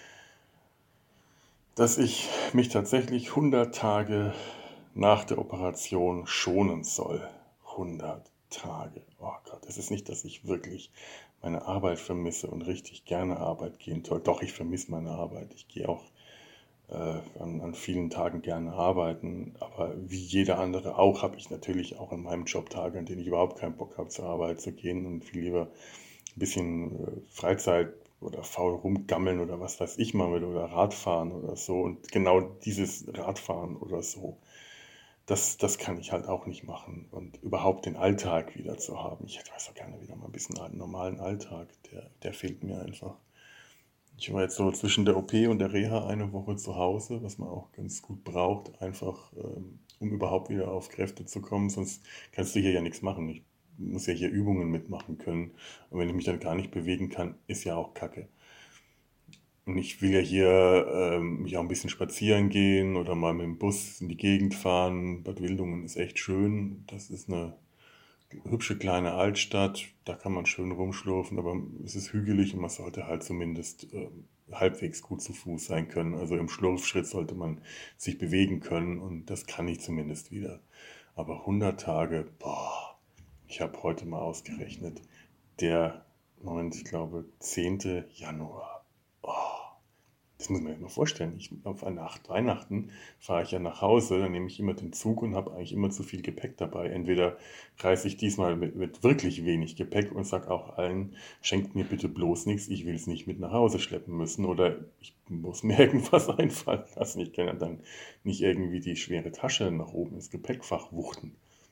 Speaker 1: dass ich mich tatsächlich hundert Tage nach der Operation schonen soll. hundert Tage. Oh Gott, es ist nicht, dass ich wirklich meine Arbeit vermisse und richtig gerne Arbeit gehen soll. Doch, ich vermisse meine Arbeit. Ich gehe auch äh, an, an vielen Tagen gerne arbeiten. Aber wie jeder andere auch, habe ich natürlich auch in meinem Job Tage, an denen ich überhaupt keinen Bock habe, zur Arbeit zu gehen und viel lieber ein bisschen äh, Freizeit oder faul rumgammeln oder was weiß ich mal mit oder Radfahren oder so. Und genau dieses Radfahren oder so, das, das kann ich halt auch nicht machen. Und überhaupt den Alltag wieder zu haben. Ich hätte so gerne wieder mal ein bisschen einen normalen Alltag. Der, der fehlt mir einfach. Ich war jetzt so zwischen der O P und der Reha eine Woche zu Hause, was man auch ganz gut braucht, einfach ähm, um überhaupt wieder auf Kräfte zu kommen. Sonst kannst du hier ja nichts machen. Ich muss ja hier Übungen mitmachen können. Und wenn ich mich dann gar nicht bewegen kann, ist ja auch Kacke. Und ich will ja hier ähm, mich auch ein bisschen spazieren gehen oder mal mit dem Bus in die Gegend fahren. Bad Wildungen ist echt schön. Das ist eine hübsche kleine Altstadt, da kann man schön rumschlurfen, aber es ist hügelig und man sollte halt zumindest äh, halbwegs gut zu Fuß sein können. Also im Schlurfschritt sollte man sich bewegen können und das kann ich zumindest wieder. Aber hundert Tage, boah, ich habe heute mal ausgerechnet, der, Moment, ich glaube, zehnte Januar. Oh, das muss man sich mal vorstellen. Ich, auf Nacht, Weihnachten fahre ich ja nach Hause, dann nehme ich immer den Zug und habe eigentlich immer zu viel Gepäck dabei. Entweder reise ich diesmal mit, mit wirklich wenig Gepäck und sage auch allen, schenkt mir bitte bloß nichts, ich will es nicht mit nach Hause schleppen müssen oder ich muss mir irgendwas einfallen lassen. Ich kann ja dann nicht irgendwie die schwere Tasche nach oben ins Gepäckfach wuchten.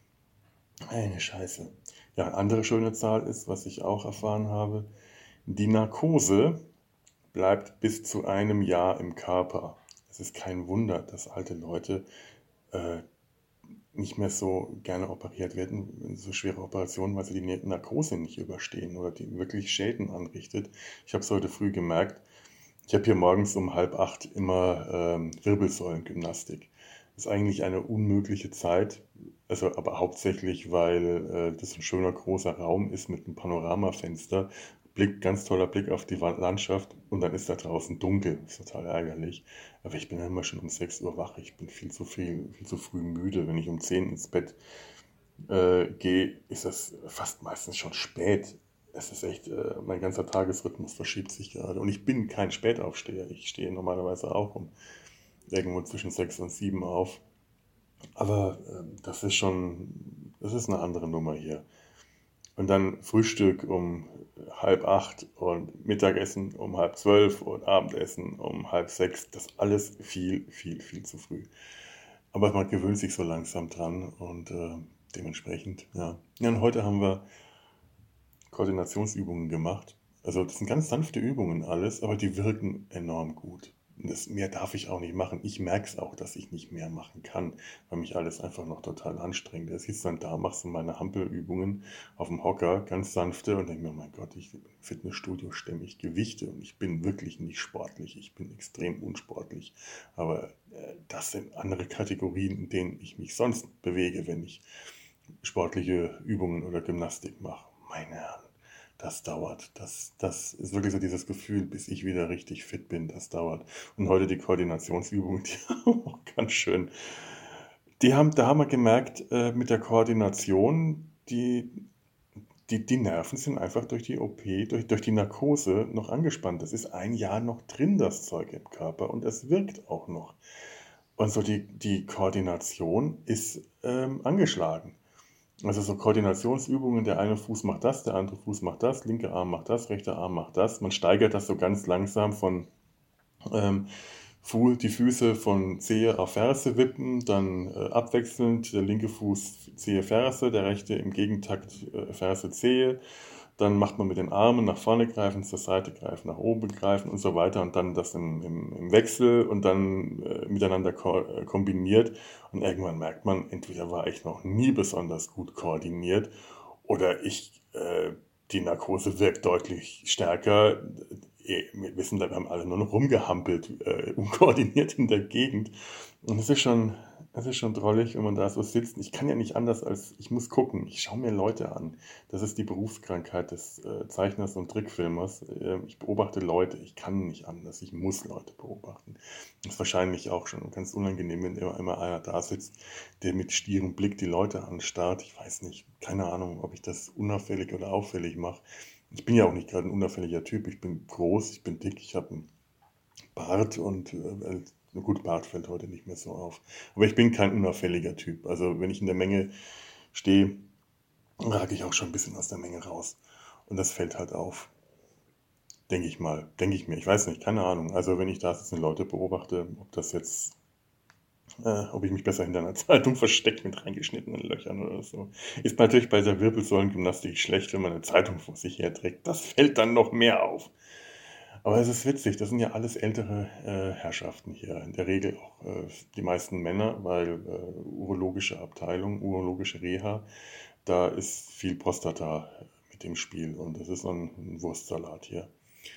Speaker 1: Eine Scheiße. Ja, eine andere schöne Zahl ist, was ich auch erfahren habe, die Narkose bleibt bis zu einem Jahr im Körper. Es ist kein Wunder, dass alte Leute äh, nicht mehr so gerne operiert werden, so schwere Operationen, weil sie die Narkose nicht überstehen oder die wirklich Schäden anrichtet. Ich habe es heute früh gemerkt. Ich habe hier morgens um halb acht immer ähm, Wirbelsäulengymnastik. Das ist eigentlich eine unmögliche Zeit, also aber hauptsächlich, weil äh, das ein schöner großer Raum ist mit einem Panoramafenster. Blick, ganz toller Blick auf die Wa- Landschaft und dann ist da draußen dunkel. Ist total ärgerlich. Aber ich bin ja immer schon um sechs Uhr wach. Ich bin viel zu viel, viel zu früh müde. Wenn ich um zehn ins Bett äh, gehe, ist das fast meistens schon spät. Es ist echt, äh, mein ganzer Tagesrhythmus verschiebt sich gerade. Und ich bin kein Spätaufsteher. Ich stehe normalerweise auch um irgendwo zwischen sechs und sieben auf. Aber äh, das ist schon, das ist eine andere Nummer hier. Und dann Frühstück um halb acht und Mittagessen um halb zwölf und Abendessen um halb sechs. Das alles viel, viel, viel zu früh. Aber man gewöhnt sich so langsam dran und äh, dementsprechend, ja. Ja, und heute haben wir Koordinationsübungen gemacht. Also das sind ganz sanfte Übungen alles, aber die wirken enorm gut. Und das, mehr darf ich auch nicht machen. Ich merke es auch, dass ich nicht mehr machen kann, weil mich alles einfach noch total anstrengt. Da sitzt dann da, machst du meine Hampelübungen auf dem Hocker, ganz sanfte und denke mir, oh mein Gott, ich im Fitnessstudio stemme ich Gewichte und ich bin wirklich nicht sportlich. Ich bin extrem unsportlich. Aber äh, das sind andere Kategorien, in denen ich mich sonst bewege, wenn ich sportliche Übungen oder Gymnastik mache. Meine Herren, das dauert. Das, das ist wirklich so dieses Gefühl, bis ich wieder richtig fit bin, das dauert. Und heute die Koordinationsübungen, die haben auch ganz schön. Die haben, da haben wir gemerkt, äh, mit der Koordination, die, die, die Nerven sind einfach durch die O P, durch, durch die Narkose noch angespannt. Das ist ein Jahr noch drin, das Zeug im Körper, und es wirkt auch noch. Und so die, die Koordination ist ähm, angeschlagen. Also so Koordinationsübungen, der eine Fuß macht das, der andere Fuß macht das, linker Arm macht das, rechter Arm macht das. Man steigert das so ganz langsam von ähm, Fu- die Füße von Zehe auf Ferse wippen, dann äh, abwechselnd der linke Fuß Zehe Ferse, der rechte im Gegentakt äh, Ferse Zehe. Dann macht man mit den Armen nach vorne greifen, zur Seite greifen, nach oben greifen und so weiter und dann das im, im, im Wechsel und dann äh, miteinander ko äh, kombiniert. Und irgendwann merkt man, entweder war ich noch nie besonders gut koordiniert oder ich, äh, die Narkose wirkt deutlich stärker. Äh, Wir wissen, wir haben alle nur noch rumgehampelt, äh, unkoordiniert in der Gegend. Und es ist schon, es ist schon drollig, wenn man da so sitzt. Ich kann ja nicht anders als, ich muss gucken. Ich schaue mir Leute an. Das ist die Berufskrankheit des äh, Zeichners und Trickfilmers. Äh, ich beobachte Leute. Ich kann nicht anders. Ich muss Leute beobachten. Das ist wahrscheinlich auch schon ganz unangenehm, wenn immer, immer einer da sitzt, der mit stierem Blick die Leute anstarrt. Ich weiß nicht, keine Ahnung, ob ich das unauffällig oder auffällig mache. Ich bin ja auch nicht gerade ein unauffälliger Typ. Ich bin groß, ich bin dick, ich habe einen Bart und äh, gut, Bart fällt heute nicht mehr so auf. Aber ich bin kein unauffälliger Typ. Also wenn ich in der Menge stehe, rage ich auch schon ein bisschen aus der Menge raus. Und das fällt halt auf. Denke ich mal, denke ich mir. Ich weiß nicht, keine Ahnung. Also wenn ich da sitzende Leute beobachte, ob das jetzt, äh, ob ich mich besser hinter einer Zeitung verstecke mit reingeschnittenen Löchern oder so. Ist natürlich bei der Wirbelsäulengymnastik schlecht, wenn man eine Zeitung vor sich herträgt. Das fällt dann noch mehr auf. Aber es ist witzig, das sind ja alles ältere äh, Herrschaften hier. In der Regel auch äh, die meisten Männer, weil äh, urologische Abteilung, urologische Reha, da ist viel Prostata mit dem Spiel und das ist so ein, ein Wurstsalat hier.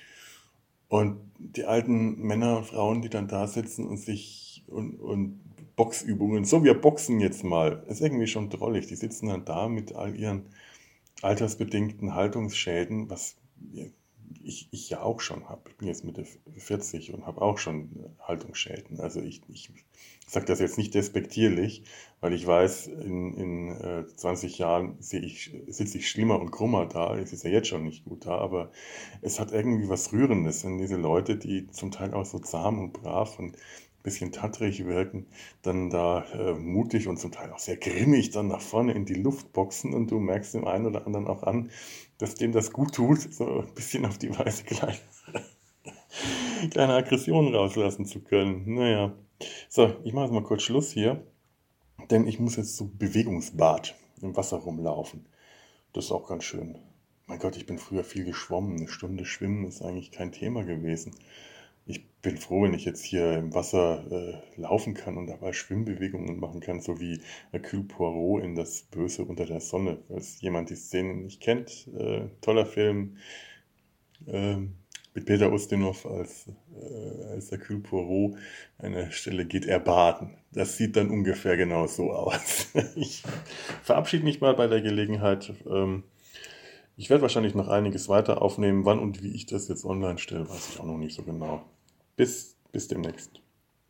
Speaker 1: Und die alten Männer und Frauen, die dann da sitzen und sich und, und Boxübungen. So, wir boxen jetzt mal. Ist irgendwie schon drollig. Die sitzen dann da mit all ihren altersbedingten Haltungsschäden, was ich, ich ja auch schon habe. Ich bin jetzt Mitte vierzig und habe auch schon Haltungsschäden. Also ich, ich sage das jetzt nicht despektierlich, weil ich weiß, in, in äh, zwanzig Jahren sehe ich, sitze ich schlimmer und krummer da. Es ist ja jetzt schon nicht gut da, aber es hat irgendwie was Rührendes, wenn diese Leute, die zum Teil auch so zahm und brav und ein bisschen tattrig wirken, dann da äh, mutig und zum Teil auch sehr grimmig dann nach vorne in die Luft boxen und du merkst dem einen oder anderen auch an, dass dem das gut tut, so ein bisschen auf die Weise gleich kleine Aggressionen rauslassen zu können. Naja, so, ich mache jetzt mal kurz Schluss hier, denn ich muss jetzt zu Bewegungsbad im Wasser rumlaufen. Das ist auch ganz schön. Mein Gott, ich bin früher viel geschwommen. Eine Stunde Schwimmen ist eigentlich kein Thema gewesen. Ich bin froh, wenn ich jetzt hier im Wasser äh, laufen kann und dabei Schwimmbewegungen machen kann, so wie Hercule Poirot in Das Böse unter der Sonne. Falls jemand die Szene nicht kennt, äh, toller Film ähm, mit Peter Ustinov als, äh, als Hercule Poirot. An einer Stelle geht er baden. Das sieht dann ungefähr genau so aus. Ich verabschiede mich mal bei der Gelegenheit. Ähm, ich werde wahrscheinlich noch einiges weiter aufnehmen. Wann und wie ich das jetzt online stelle, weiß ich auch noch nicht so genau. Bis, bis demnächst.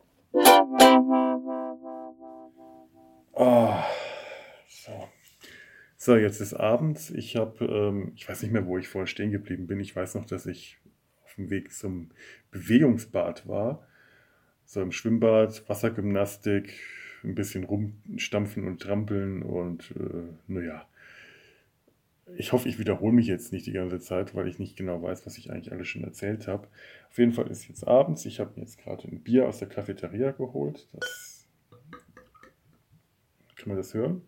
Speaker 1: Ah, so. So, jetzt ist abends. Ich habe, ähm, ich weiß nicht mehr, wo ich vorher stehen geblieben bin. Ich weiß noch, dass ich auf dem Weg zum Bewegungsbad war. So im Schwimmbad, Wassergymnastik, ein bisschen rumstampfen und trampeln und äh, naja. Ich hoffe, ich wiederhole mich jetzt nicht die ganze Zeit, weil ich nicht genau weiß, was ich eigentlich alles schon erzählt habe. Auf jeden Fall ist jetzt abends. Ich habe mir jetzt gerade ein Bier aus der Cafeteria geholt. Das kann man das hören?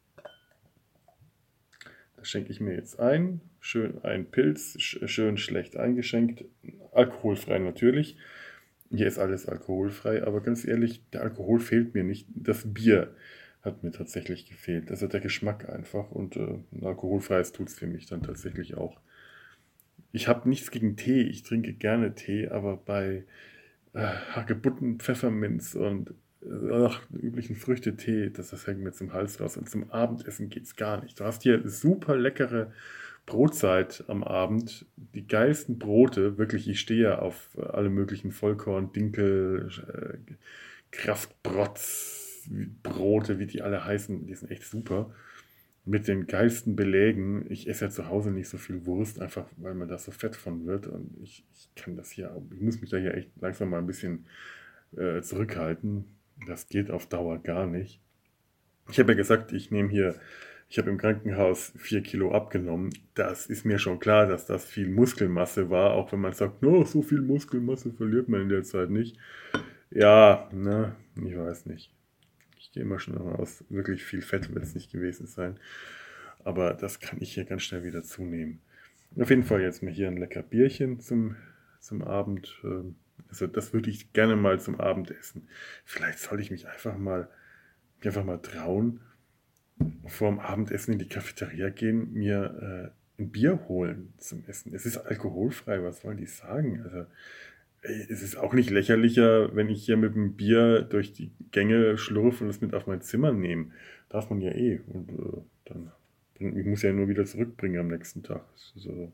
Speaker 1: Das schenke ich mir jetzt ein. Schön ein Pilz, sch- schön schlecht eingeschenkt. Alkoholfrei natürlich. Hier ist alles alkoholfrei, aber ganz ehrlich, der Alkohol fehlt mir nicht. Das Bier hat mir tatsächlich gefehlt. Also der Geschmack einfach und äh, ein alkoholfreies tut es für mich dann tatsächlich auch. Ich habe nichts gegen Tee, ich trinke gerne Tee, aber bei äh, Hagebutten, Pfefferminz und äh, ach, üblichen Früchtetee, das, das hängt mir zum Hals raus. Und zum Abendessen geht es gar nicht. Du hast hier super leckere Brotzeit am Abend, die geilsten Brote, wirklich, ich stehe ja auf äh, alle möglichen Vollkorn, Dinkel, äh, Kraftbrotz, Brote, wie die alle heißen, die sind echt super. Mit den geilsten Belägen. Ich esse ja zu Hause nicht so viel Wurst, einfach weil man da so fett von wird. Und ich, ich kann das hier, ich muss mich da hier echt langsam mal ein bisschen äh, zurückhalten. Das geht auf Dauer gar nicht. Ich habe ja gesagt, ich nehme hier, ich habe im Krankenhaus vier Kilo abgenommen. Das ist mir schon klar, dass das viel Muskelmasse war, auch wenn man sagt, no, so viel Muskelmasse verliert man in der Zeit nicht. Ja, ne, ich weiß nicht. Ich gehe immer schon davon aus, wirklich viel Fett wird es nicht gewesen sein. Aber das kann ich hier ganz schnell wieder zunehmen. Auf jeden Fall jetzt mal hier ein lecker Bierchen zum, zum Abend. Ähm, Also das würde ich gerne mal zum Abendessen. Vielleicht sollte ich mich einfach mal, mich einfach mal trauen, vor dem Abendessen in die Cafeteria gehen, mir äh, ein Bier holen zum Essen. Es ist alkoholfrei, was wollen die sagen? Also ey, es ist auch nicht lächerlicher, wenn ich hier mit dem Bier durch die Gänge schlurfe und es mit auf mein Zimmer nehme. Darf man ja eh. Und äh, dann bring, ich muss ja nur wieder zurückbringen am nächsten Tag. So,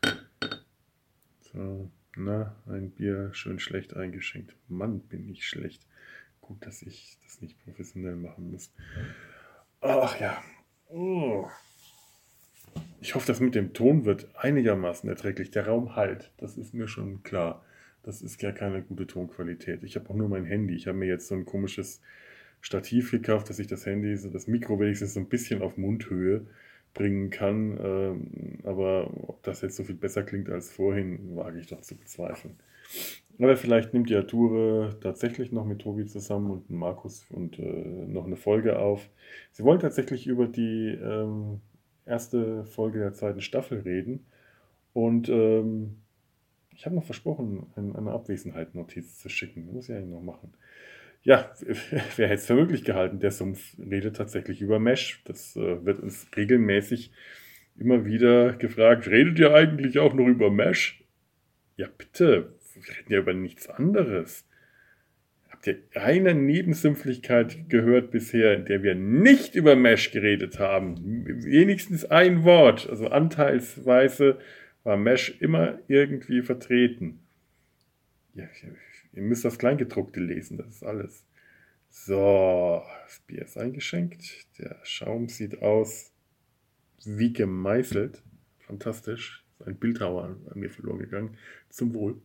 Speaker 1: so, na, ein Bier schön schlecht eingeschenkt. Mann, bin ich schlecht. Gut, dass ich das nicht professionell machen muss. Ach ja. Oh. Ich hoffe, das mit dem Ton wird einigermaßen erträglich. Der Raum halt, das ist mir schon klar. Das ist ja keine gute Tonqualität. Ich habe auch nur mein Handy. Ich habe mir jetzt so ein komisches Stativ gekauft, dass ich das Handy, so das Mikro wenigstens so ein bisschen auf Mundhöhe bringen kann. Ähm, aber ob das jetzt so viel besser klingt als vorhin, wage ich doch zu bezweifeln. Aber vielleicht nimmt die Arture tatsächlich noch mit Tobi zusammen und Markus und äh, noch eine Folge auf. Sie wollen tatsächlich über die ähm, erste Folge der zweiten Staffel reden. Und ähm, ich habe noch versprochen, ein, eine Abwesenheitsnotiz zu schicken. Muss ich eigentlich noch machen. Ja, wer hätte es für möglich gehalten? Der Sumpf redet tatsächlich über Mesh. Das äh, wird uns regelmäßig immer wieder gefragt. Redet ihr eigentlich auch noch über Mesh? Ja, bitte. Wir reden ja über nichts anderes. Habt ihr eine Nebensümpflichkeit gehört bisher, in der wir nicht über Mesh geredet haben? Wenigstens ein Wort. Also anteilsweise war Mesh immer irgendwie vertreten. Ja, ihr müsst das Kleingedruckte lesen, das ist alles. So, das Bier ist eingeschenkt. Der Schaum sieht aus wie gemeißelt. Fantastisch. Ein Bildhauer an mir verloren gegangen. Zum Wohl.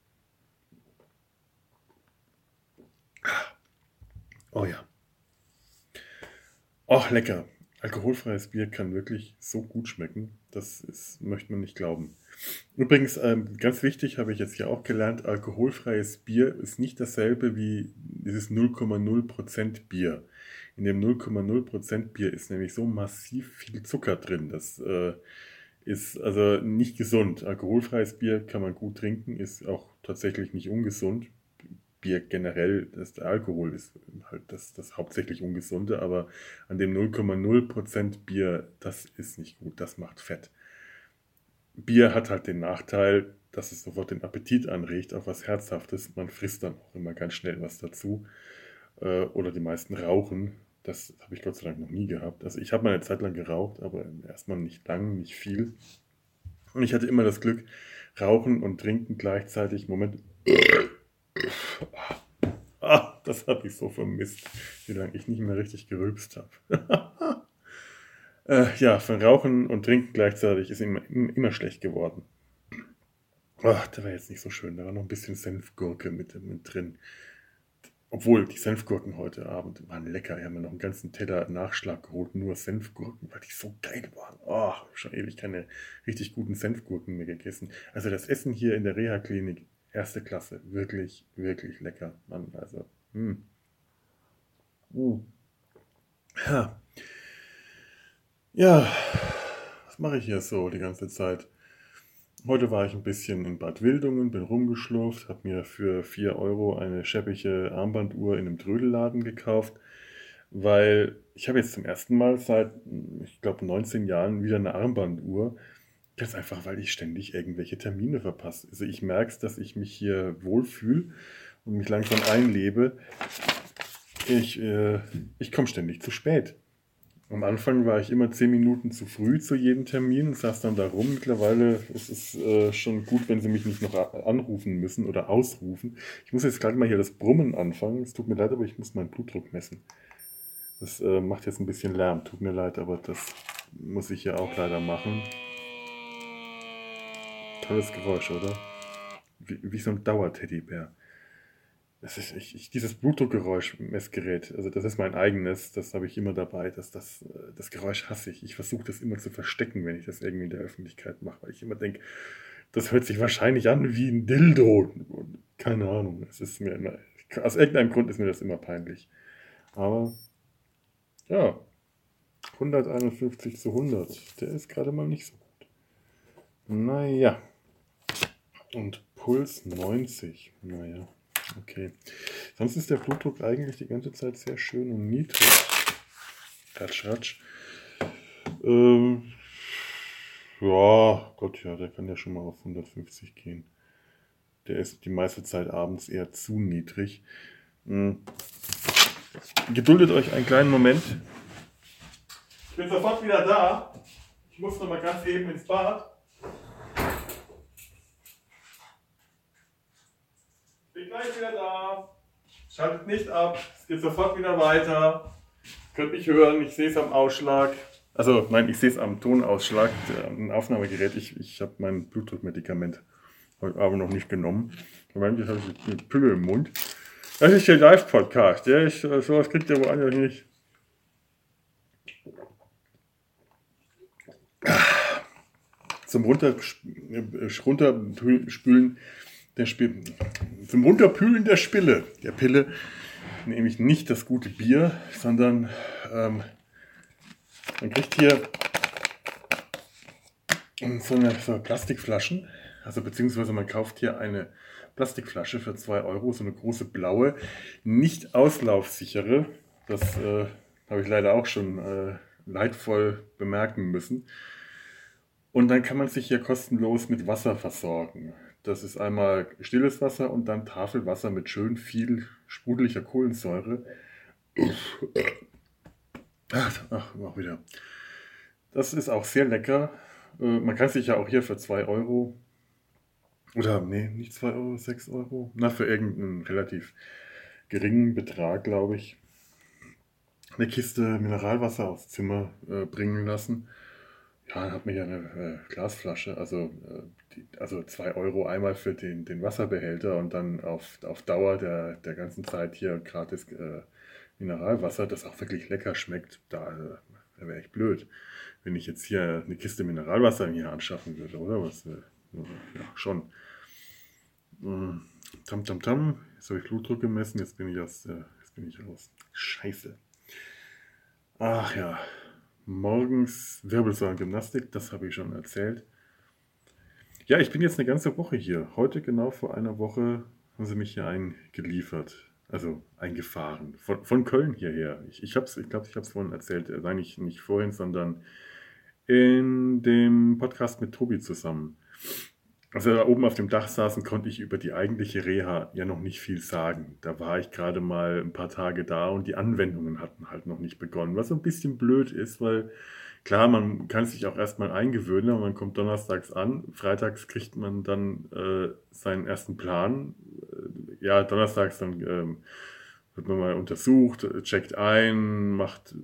Speaker 1: Oh ja. Och, lecker. Alkoholfreies Bier kann wirklich so gut schmecken. Das ist, möchte man nicht glauben. Übrigens, ähm, ganz wichtig, habe ich jetzt hier auch gelernt, alkoholfreies Bier ist nicht dasselbe wie dieses null Komma null Prozent Bier. In dem null Komma null Prozent Bier ist nämlich so massiv viel Zucker drin. Das äh, ist also nicht gesund. Alkoholfreies Bier kann man gut trinken, ist auch tatsächlich nicht ungesund. Bier generell, das, der Alkohol ist halt das, das hauptsächlich Ungesunde, aber an dem null Komma null Prozent Bier, das ist nicht gut, das macht Fett. Bier hat halt den Nachteil, dass es sofort den Appetit anregt auf was Herzhaftes. Man frisst dann auch immer ganz schnell was dazu. Äh, oder die meisten rauchen. Das habe ich Gott sei Dank noch nie gehabt. Also ich habe mal eine Zeit lang geraucht, aber erstmal nicht lang, nicht viel. Und ich hatte immer das Glück, Rauchen und Trinken gleichzeitig. Moment. Ah, das habe ich so vermisst, wie lange ich nicht mehr richtig gerülpst habe. äh, ja, von Rauchen und Trinken gleichzeitig ist immer, immer schlecht geworden. Ach, der war jetzt nicht so schön. Da war noch ein bisschen Senfgurke mit, mit drin. Obwohl, die Senfgurken heute Abend waren lecker. Wir haben mir noch einen ganzen Teller Nachschlag geholt, nur Senfgurken, weil die so geil waren. Oh, schon ewig keine richtig guten Senfgurken mehr gegessen. Also das Essen hier in der Reha-Klinik, erste Klasse. Wirklich, wirklich lecker. Mann, also, hm. Uh. Ja. Ja, was mache ich hier so die ganze Zeit? Heute war ich ein bisschen in Bad Wildungen, bin rumgeschlurft, habe mir für vier Euro eine scheppige Armbanduhr in einem Trödelladen gekauft, weil ich habe jetzt zum ersten Mal seit, ich glaube, neunzehn Jahren wieder eine Armbanduhr. Ganz einfach, weil ich ständig irgendwelche Termine verpasse. Also ich merke es, dass ich mich hier wohlfühle und mich langsam einlebe. Ich, äh, ich komme ständig zu spät. Am Anfang war ich immer zehn Minuten zu früh zu jedem Termin und saß dann da rum. Mittlerweile ist es äh, schon gut, wenn sie mich nicht noch a- anrufen müssen oder ausrufen. Ich muss jetzt gleich mal hier das Brummen anfangen. Es tut mir leid, aber ich muss meinen Blutdruck messen. Das äh, macht jetzt ein bisschen Lärm. Tut mir leid, aber das muss ich ja auch leider machen. Tolles Geräusch, oder? Wie, wie so ein Dauerteddybär. Das ist, ich, ich, dieses Blutdruckgeräusch-Messgerät, also das ist mein eigenes, das habe ich immer dabei. Das, das, äh, das Geräusch hasse ich. Ich versuche das immer zu verstecken, wenn ich das irgendwie in der Öffentlichkeit mache, weil ich immer denke, das hört sich wahrscheinlich an wie ein Dildo. Und keine Ahnung, es ist mir immer, aus irgendeinem Grund ist mir das immer peinlich. Aber ja, hunderteinundfünfzig zu hundert, der ist gerade mal nicht so gut. Naja, und Puls neunzig, naja. Okay. Sonst ist der Blutdruck eigentlich die ganze Zeit sehr schön und niedrig. Ratsch, ratsch. Ähm, ja, Gott, ja, der kann ja schon mal auf hundertfünfzig gehen. Der ist die meiste Zeit abends eher zu niedrig. Hm. Geduldet euch einen kleinen Moment. Ich bin sofort wieder da. Ich muss noch mal ganz eben ins Bad. Bin gleich wieder da. Schaltet nicht ab. Es geht sofort wieder weiter. Ihr könnt mich hören. Ich sehe es am Ausschlag. Also, nein, ich sehe es am Tonausschlag, am Aufnahmegerät. Ich, ich habe mein Blutdruckmedikament heute Abend noch nicht genommen. Moment, jetzt habe ich eine Pille im Mund. Das ist der Live-Podcast. Ja, ich, sowas kriegt ihr woanders nicht. Zum Runter, Runterspülen der Spille. Zum Runterpülen der Spille. Der Pille nehme ich nicht das gute Bier, sondern ähm, man kriegt hier so eine, so eine Plastikflaschen. Also beziehungsweise man kauft hier eine Plastikflasche für zwei Euro, so eine große blaue, nicht auslaufsichere. Das äh, habe ich leider auch schon äh, leidvoll bemerken müssen. Und dann kann man sich hier kostenlos mit Wasser versorgen. Das ist einmal stilles Wasser und dann Tafelwasser mit schön viel sprudeliger Kohlensäure. Ach, ach, auch wieder. Das ist auch sehr lecker. Äh, man kann sich ja auch hier für zwei Euro, oder nee, nicht zwei Euro, sechs Euro, na, für irgendeinen relativ geringen Betrag, glaube ich, eine Kiste Mineralwasser aufs Zimmer äh, bringen lassen. Ja, dann hat man ja eine äh, Glasflasche, also, äh, die, also zwei Euro einmal für den, den Wasserbehälter und dann auf, auf Dauer der, der ganzen Zeit hier gratis äh, Mineralwasser, das auch wirklich lecker schmeckt. Da, äh, da wäre echt blöd, wenn ich jetzt hier eine Kiste Mineralwasser hier anschaffen würde, oder? Was, äh, ja, schon. Mm, Tam, tam, tam. Jetzt habe ich Blutdruck gemessen, jetzt bin ich aus, äh, jetzt bin ich raus. Scheiße. Ach ja, morgens Wirbelsäulengymnastik, das habe ich schon erzählt. Ja, ich bin jetzt eine ganze Woche hier. Heute genau vor einer Woche haben sie mich hier eingeliefert. Also eingefahren. Von, von Köln hierher. Ich, ich, hab's, ich glaube, ich habe es vorhin erzählt. Äh, Nein, nicht, nicht vorhin, sondern in dem Podcast mit Tobi zusammen. Als wir da oben auf dem Dach saßen, konnte ich über die eigentliche Reha ja noch nicht viel sagen. Da war ich gerade mal ein paar Tage da und die Anwendungen hatten halt noch nicht begonnen. Was so ein bisschen blöd ist, weil klar, man kann sich auch erstmal eingewöhnen, aber man kommt donnerstags an. Freitags kriegt man dann äh, seinen ersten Plan. Äh, ja, donnerstags dann ähm, wird man mal untersucht, äh, checkt ein, macht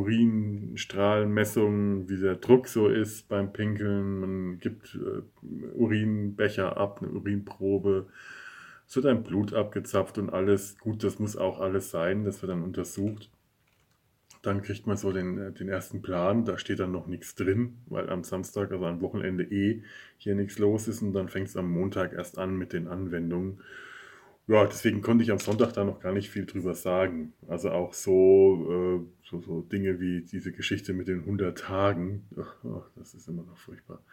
Speaker 1: Urinstrahlenmessungen, wie der Druck so ist beim Pinkeln. Man gibt äh, Urinbecher ab, eine Urinprobe. Es wird ein Blut abgezapft und alles. Gut, das muss auch alles sein, das wird dann untersucht. Dann kriegt man so den, äh, den ersten Plan, da steht dann noch nichts drin, weil am Samstag, also am Wochenende eh hier nichts los ist und dann fängt es am Montag erst an mit den Anwendungen. Ja, deswegen konnte ich am Sonntag da noch gar nicht viel drüber sagen. Also auch so, äh, so, so Dinge wie diese Geschichte mit den hundert Tagen. Ach, ach, das ist immer noch furchtbar.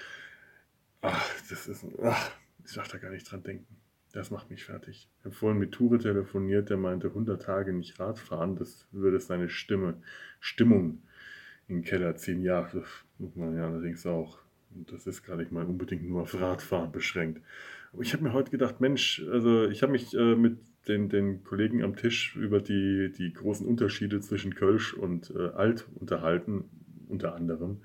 Speaker 1: Ach, das ist, ach, ich darf da gar nicht dran denken. Das macht mich fertig. Ich habe vorhin mit Ture telefoniert, der meinte, hundert Tage nicht Radfahren, das würde seine Stimme, Stimmung in den Keller ziehen. Ja, das muss man ja allerdings auch. Und das ist gar nicht mal unbedingt nur auf Radfahren beschränkt. Aber ich habe mir heute gedacht, Mensch, also ich habe mich äh, mit den, den Kollegen am Tisch über die, die großen Unterschiede zwischen Kölsch und äh, Alt unterhalten, unter anderem.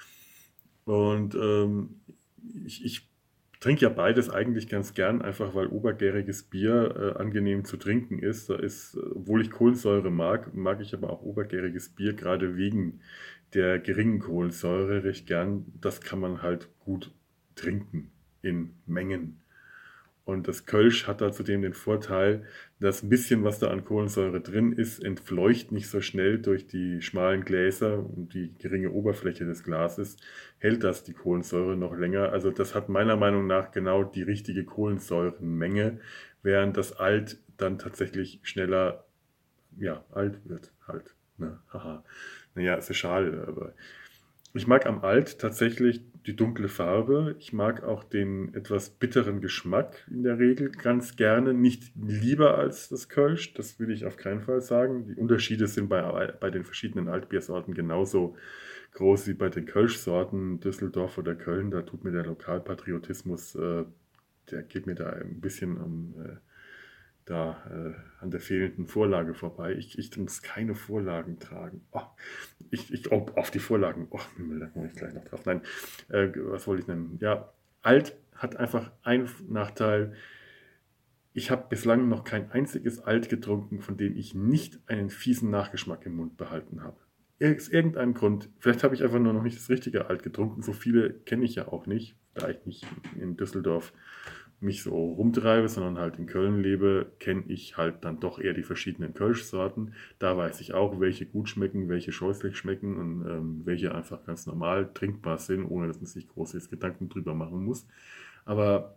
Speaker 1: Und ähm, ich, ich trinke ja beides eigentlich ganz gern, einfach weil obergäriges Bier äh, angenehm zu trinken ist. Da ist, äh, obwohl ich Kohlensäure mag, mag ich aber auch obergäriges Bier, gerade wegen der geringen Kohlensäure recht gern. Das kann man halt gut trinken in Mengen. Und das Kölsch hat da zudem den Vorteil, dass ein bisschen, was da an Kohlensäure drin ist, entfleucht nicht so schnell durch die schmalen Gläser und die geringe Oberfläche des Glases, hält das die Kohlensäure noch länger. Also das hat meiner Meinung nach genau die richtige Kohlensäurenmenge, während das Alt dann tatsächlich schneller, ja, alt wird halt. Ne? Haha. Naja, ist ja schade, aber ich mag am Alt tatsächlich die dunkle Farbe. Ich mag auch den etwas bitteren Geschmack in der Regel ganz gerne. Nicht lieber als das Kölsch, das will ich auf keinen Fall sagen. Die Unterschiede sind bei, bei den verschiedenen Altbiersorten genauso groß wie bei den Kölschsorten, Düsseldorf oder Köln. Da tut mir der Lokalpatriotismus, äh, der geht mir da ein bisschen am, äh, da äh, an der fehlenden Vorlage vorbei. Ich, ich muss keine Vorlagen tragen. Oh, ich, ich, oh, auf die Vorlagen. Oh, da komme ich gleich noch drauf. Nein, äh, was wollte ich nennen? Ja, Alt hat einfach einen Nachteil. Ich habe bislang noch kein einziges Alt getrunken, von dem ich nicht einen fiesen Nachgeschmack im Mund behalten habe. Aus irgendeinem Grund. Vielleicht habe ich einfach nur noch nicht das richtige Alt getrunken. So viele kenne ich ja auch nicht, da ich nicht in Düsseldorf mich so rumtreibe, sondern halt in Köln lebe, kenne ich halt dann doch eher die verschiedenen Kölschsorten. Da weiß ich auch, welche gut schmecken, welche scheußlich schmecken und ähm, welche einfach ganz normal trinkbar sind, ohne dass man sich groß jetzt Gedanken drüber machen muss. Aber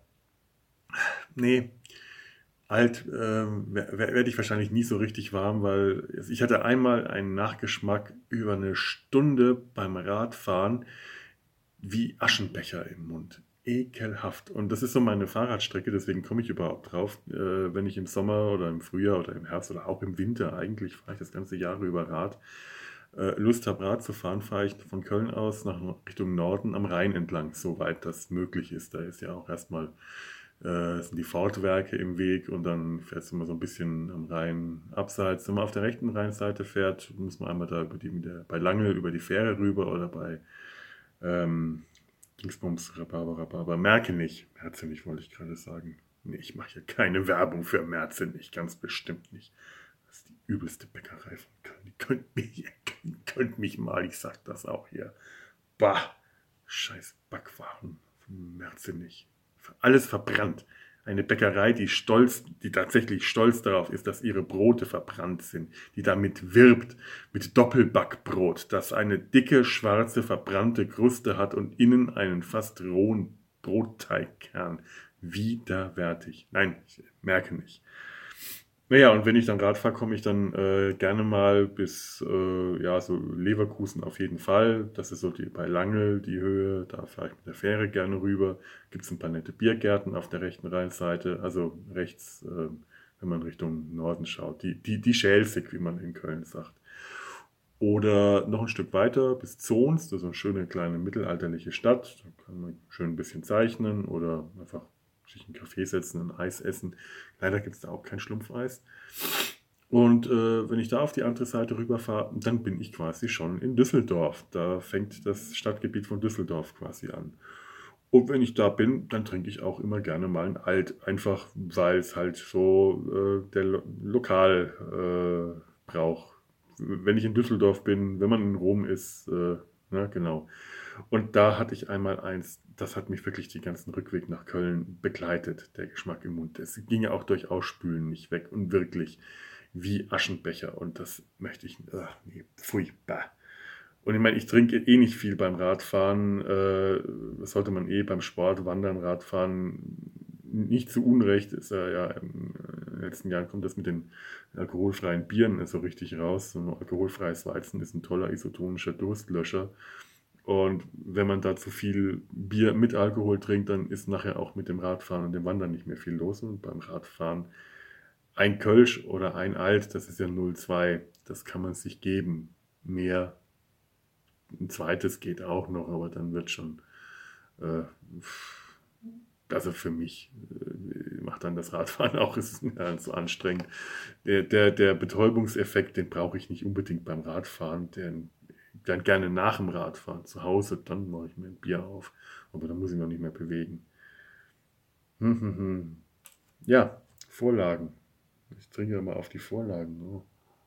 Speaker 1: nee, alt äh, werde ich wahrscheinlich nie so richtig warm, weil ich hatte einmal einen Nachgeschmack über eine Stunde beim Radfahren wie Aschenbecher im Mund. Ekelhaft. Und das ist so meine Fahrradstrecke, deswegen komme ich überhaupt drauf. Äh, wenn ich im Sommer oder im Frühjahr oder im Herbst oder auch im Winter, eigentlich fahre ich das ganze Jahr über Rad, äh, Lust habe, Rad zu fahren, fahre ich von Köln aus nach Richtung Norden am Rhein entlang, soweit das möglich ist. Da ist ja auch erstmal äh, sind die Fortwerke im Weg und dann fährst du mal so ein bisschen am Rhein abseits. Wenn man auf der rechten Rheinseite fährt, muss man einmal da über die, mit der, bei Lange über die Fähre rüber oder bei ähm, Dingsbums, Rhabarber, Rhabarber, Merkenich. Merzenich wollte ich gerade sagen. Nee, ich mache hier keine Werbung für Merzenich, ganz bestimmt nicht. Das ist die übelste Bäckerei von Köln. Die könnt mich, ihr könnt mich mal, ich sag das auch hier. Bah, scheiß Backwaren von Merzenich. Alles verbrannt. Eine Bäckerei, die stolz, die tatsächlich stolz darauf ist, dass ihre Brote verbrannt sind, die damit wirbt mit Doppelbackbrot, das eine dicke, schwarze, verbrannte Kruste hat und innen einen fast rohen Brotteigkern. Widerwärtig. Nein, ich merke nicht. Naja, und wenn ich dann Rad fahre, komme ich dann äh, gerne mal bis, äh, ja, so Leverkusen auf jeden Fall. Das ist so die, bei Langel die Höhe, da fahre ich mit der Fähre gerne rüber. Gibt es ein paar nette Biergärten auf der rechten Rheinseite, also rechts, äh, wenn man Richtung Norden schaut. Die, die, die Schelsig, wie man in Köln sagt. Oder noch ein Stück weiter bis Zons, das ist eine schöne kleine mittelalterliche Stadt. Da kann man schön ein bisschen zeichnen oder einfach sich einen Kaffee setzen, ein Eis essen. Leider gibt es da auch kein Schlumpfeis. Und äh, wenn ich da auf die andere Seite rüberfahre, dann bin ich quasi schon in Düsseldorf. Da fängt das Stadtgebiet von Düsseldorf quasi an. Und wenn ich da bin, dann trinke ich auch immer gerne mal ein Alt. Einfach weil es halt so äh, der Lo Lokalbrauch. Äh, Brauch. Wenn ich in Düsseldorf bin, wenn man in Rom ist, äh, na, genau. Und da hatte ich einmal eins, das hat mich wirklich den ganzen Rückweg nach Köln begleitet, der Geschmack im Mund. Es ging ja auch durch Ausspülen nicht weg und wirklich wie Aschenbecher. Und das möchte ich, äh, nee, pfui, bah. Und ich meine, ich trinke eh nicht viel beim Radfahren. Äh, das sollte man eh beim Sport, Wandern, Radfahren nicht zu Unrecht. Ist ja, ja in den letzten Jahren kommt das mit den alkoholfreien Bieren so richtig raus. So ein alkoholfreies Weizen ist ein toller isotonischer Durstlöscher. Und wenn man da zu viel Bier mit Alkohol trinkt, dann ist nachher auch mit dem Radfahren und dem Wandern nicht mehr viel los. Und beim Radfahren ein Kölsch oder ein Alt, das ist ja null Komma zwei, das kann man sich geben. Mehr, ein zweites geht auch noch, aber dann wird schon, äh, also für mich äh, macht dann das Radfahren auch, ist ja, so anstrengend. Der, der, der Betäubungseffekt, den brauche ich nicht unbedingt beim Radfahren, den dann gerne nach dem Radfahren zu Hause, dann mache ich mir ein Bier auf. Aber dann muss ich mich noch nicht mehr bewegen. Hm, hm, hm. Ja, Vorlagen. Ich trinke ja mal auf die Vorlagen. Oh.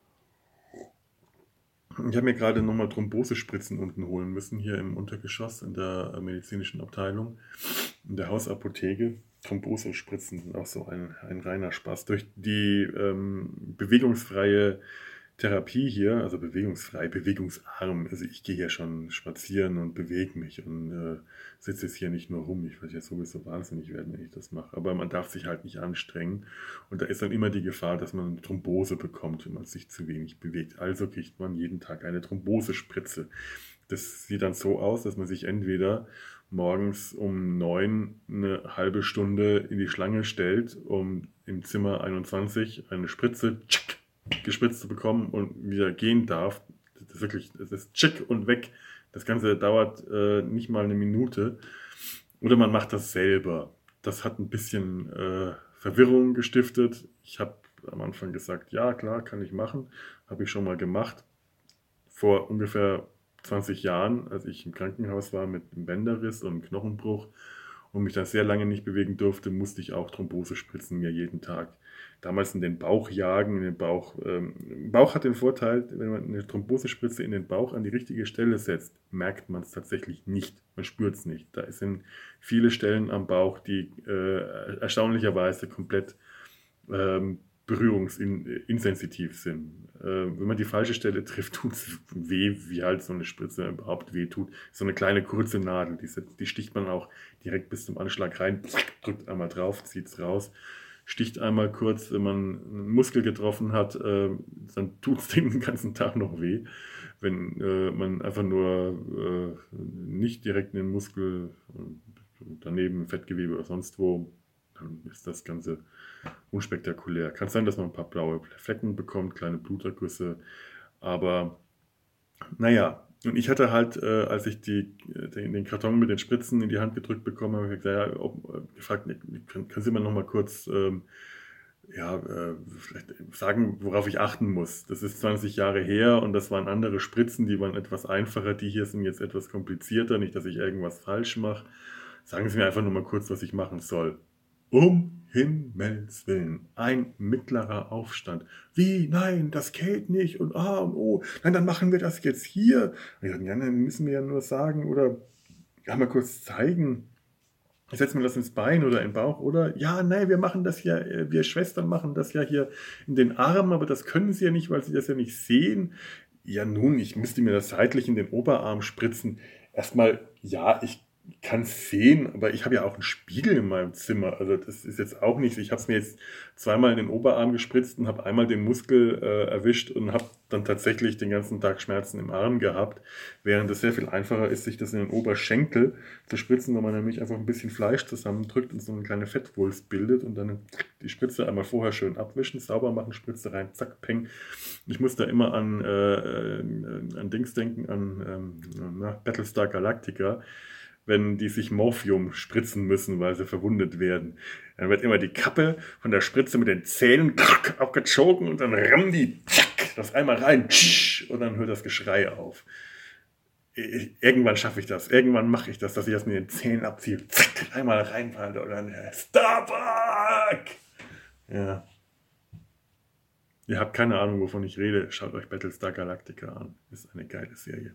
Speaker 1: Ich habe mir gerade nochmal Thrombosespritzen unten holen müssen, hier im Untergeschoss in der medizinischen Abteilung, in der Hausapotheke. Thrombosespritzen sind auch so ein, ein reiner Spaß. Durch die ähm, bewegungsfreie Therapie hier, also bewegungsfrei, bewegungsarm. Also ich gehe hier schon spazieren und bewege mich und äh, sitze jetzt hier nicht nur rum. Ich werde ja sowieso wahnsinnig werden, wenn ich das mache. Aber man darf sich halt nicht anstrengen. Und da ist dann immer die Gefahr, dass man eine Thrombose bekommt, wenn man sich zu wenig bewegt. Also kriegt man jeden Tag eine Thrombosespritze. Das sieht dann so aus, dass man sich entweder morgens um neun eine halbe Stunde in die Schlange stellt, um im Zimmer einundzwanzig eine Spritze tschick, gespritzt zu bekommen und wieder gehen darf. Das ist wirklich, das ist tschick und weg. Das Ganze dauert äh, nicht mal eine Minute. Oder man macht das selber. Das hat ein bisschen äh, Verwirrung gestiftet. Ich habe am Anfang gesagt, ja klar, kann ich machen. Habe ich schon mal gemacht. Vor ungefähr zwanzig Jahren, als ich im Krankenhaus war mit einem Bänderriss und einem Knochenbruch und mich dann sehr lange nicht bewegen durfte, musste ich auch Thrombosespritzen mir jeden Tag damals in den Bauch jagen, in den Bauch. Ähm, Bauch hat den Vorteil, wenn man eine Thrombosespritze in den Bauch an die richtige Stelle setzt, merkt man es tatsächlich nicht. Man spürt es nicht. Da sind viele Stellen am Bauch, die äh, erstaunlicherweise komplett ähm, berührungsinsensitiv sind. Äh, wenn man die falsche Stelle trifft, tut es weh, wie halt so eine Spritze überhaupt weh tut. So eine kleine kurze Nadel, die, die sticht man auch direkt bis zum Anschlag rein, drückt einmal drauf, zieht es raus. Sticht einmal kurz, wenn man einen Muskel getroffen hat, äh, dann tut es den ganzen Tag noch weh. Wenn äh, man einfach nur äh, nicht direkt in den Muskel, daneben Fettgewebe oder sonst wo, dann ist das Ganze unspektakulär. Kann sein, dass man ein paar blaue Flecken bekommt, kleine Blutergüsse, aber naja, Und ich hatte halt, äh, als ich die, den, den Karton mit den Spritzen in die Hand gedrückt bekommen habe, gesagt, ja, ob, äh, gefragt, können, können Sie mir noch mal kurz ähm, ja, äh, vielleicht sagen, worauf ich achten muss. Das ist zwanzig Jahre her und das waren andere Spritzen, die waren etwas einfacher. Die hier sind jetzt etwas komplizierter. Nicht, dass ich irgendwas falsch mache. Sagen Sie mir einfach nur mal kurz, was ich machen soll. Um Himmels Willen, ein mittlerer Aufstand. Wie? Nein, das geht nicht. Und ah und oh, nein, dann machen wir das jetzt hier. Und ich dachte, ja, dann müssen wir ja nur sagen oder ja, mal kurz zeigen. Ich setze mir das ins Bein oder in den Bauch, oder? Ja, nein, wir machen das ja, äh, wir Schwestern machen das ja hier in den Arm, aber das können sie ja nicht, weil sie das ja nicht sehen. Ja, nun, ich müsste mir das seitlich in den Oberarm spritzen. Erstmal, ja, ich kann es sehen, aber ich habe ja auch einen Spiegel in meinem Zimmer. Also das ist jetzt auch nichts. Ich habe es mir jetzt zweimal in den Oberarm gespritzt und habe einmal den Muskel äh, erwischt und habe dann tatsächlich den ganzen Tag Schmerzen im Arm gehabt, während es sehr viel einfacher ist, sich das in den Oberschenkel zu spritzen, weil man nämlich einfach ein bisschen Fleisch zusammendrückt und so eine kleine Fettwulst bildet und dann die Spritze einmal vorher schön abwischen, sauber machen, Spritze rein, zack, peng. Ich muss da immer an, äh, an Dings denken, an ähm, na, Battlestar Galactica, wenn die sich Morphium spritzen müssen, weil sie verwundet werden. Dann wird immer die Kappe von der Spritze mit den Zähnen abgezogen und dann rammen die zack, das einmal rein und dann hört das Geschrei auf. Irgendwann schaffe ich das. Irgendwann mache ich das, dass ich das mit den Zähnen abziehe. Zack, einmal reinfalle und dann Starbuck! Ja. Ihr habt keine Ahnung, wovon ich rede. Schaut euch Battlestar Galactica an. Ist eine geile Serie.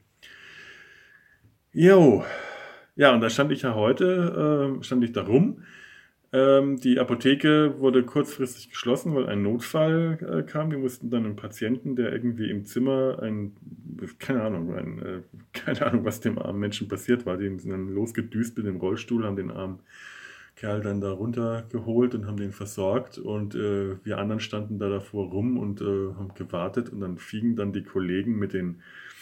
Speaker 1: Jo. Ja, und da stand ich ja heute, äh, stand ich da rum. Ähm, die Apotheke wurde kurzfristig geschlossen, weil ein Notfall äh, kam. Die mussten dann einen Patienten, der irgendwie im Zimmer ein, keine Ahnung, ein, äh, keine Ahnung, was dem armen Menschen passiert war. Die sind dann losgedüst mit dem Rollstuhl, haben den armen Kerl dann da runtergeholt und haben den versorgt. Und äh, wir anderen standen da davor rum und äh, haben gewartet. Und dann fingen dann die Kollegen mit den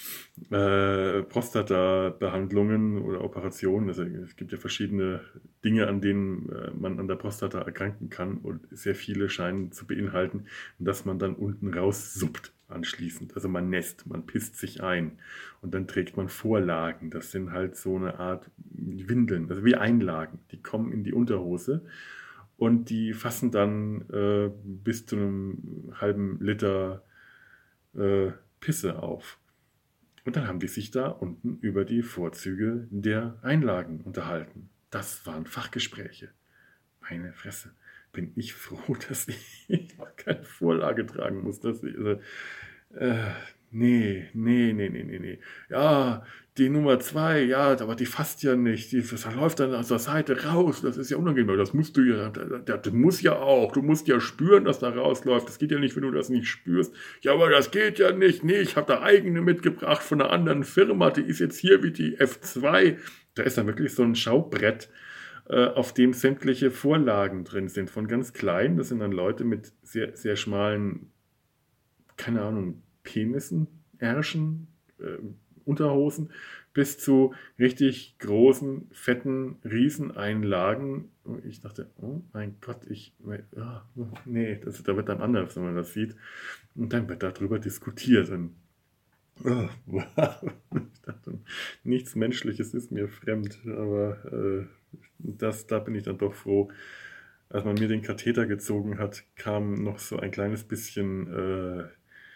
Speaker 1: äh, Prostata-Behandlungen oder Operationen. Also es gibt ja verschiedene Dinge, an denen äh, man an der Prostata erkranken kann und sehr viele scheinen zu beinhalten, dass man dann unten raussuppt anschließend. Also man nässt, man pisst sich ein und dann trägt man Vorlagen. Das sind halt so eine Art Windeln, also wie Einlagen. Die kommen in die Unterhose und die fassen dann äh, bis zu einem halben Liter äh, Pisse auf. Und dann haben die sich da unten über die Vorzüge der Einlagen unterhalten. Das waren Fachgespräche. Meine Fresse. Bin ich froh, dass ich keine Vorlage tragen muss. Dass ich, also, äh, nee, nee, nee, nee, nee, nee. Ja, die Nummer zwei, ja, aber die fasst ja nicht. Die, das läuft dann aus der Seite raus. Das ist ja unangenehm. Das musst du ja, das muss ja auch. Du musst ja spüren, dass da rausläuft. Das geht ja nicht, wenn du das nicht spürst. Ja, aber das geht ja nicht. Nee, ich habe da eigene mitgebracht von einer anderen Firma. Die ist jetzt hier wie die F zwei. Da ist dann wirklich so ein Schaubrett, auf dem sämtliche Vorlagen drin sind. Von ganz klein, das sind dann Leute mit sehr, sehr schmalen, keine Ahnung, Penissen, Ärschen, äh, Unterhosen, bis zu richtig großen, fetten Rieseneinlagen. Und ich dachte, oh mein Gott, ich, oh, nee, das, da wird dann anders, wenn man das sieht. Und dann wird darüber diskutiert. Und, oh, ich dachte, nichts Menschliches ist mir fremd, aber äh, das, da bin ich dann doch froh. Als man mir den Katheter gezogen hat, kam noch so ein kleines bisschen äh,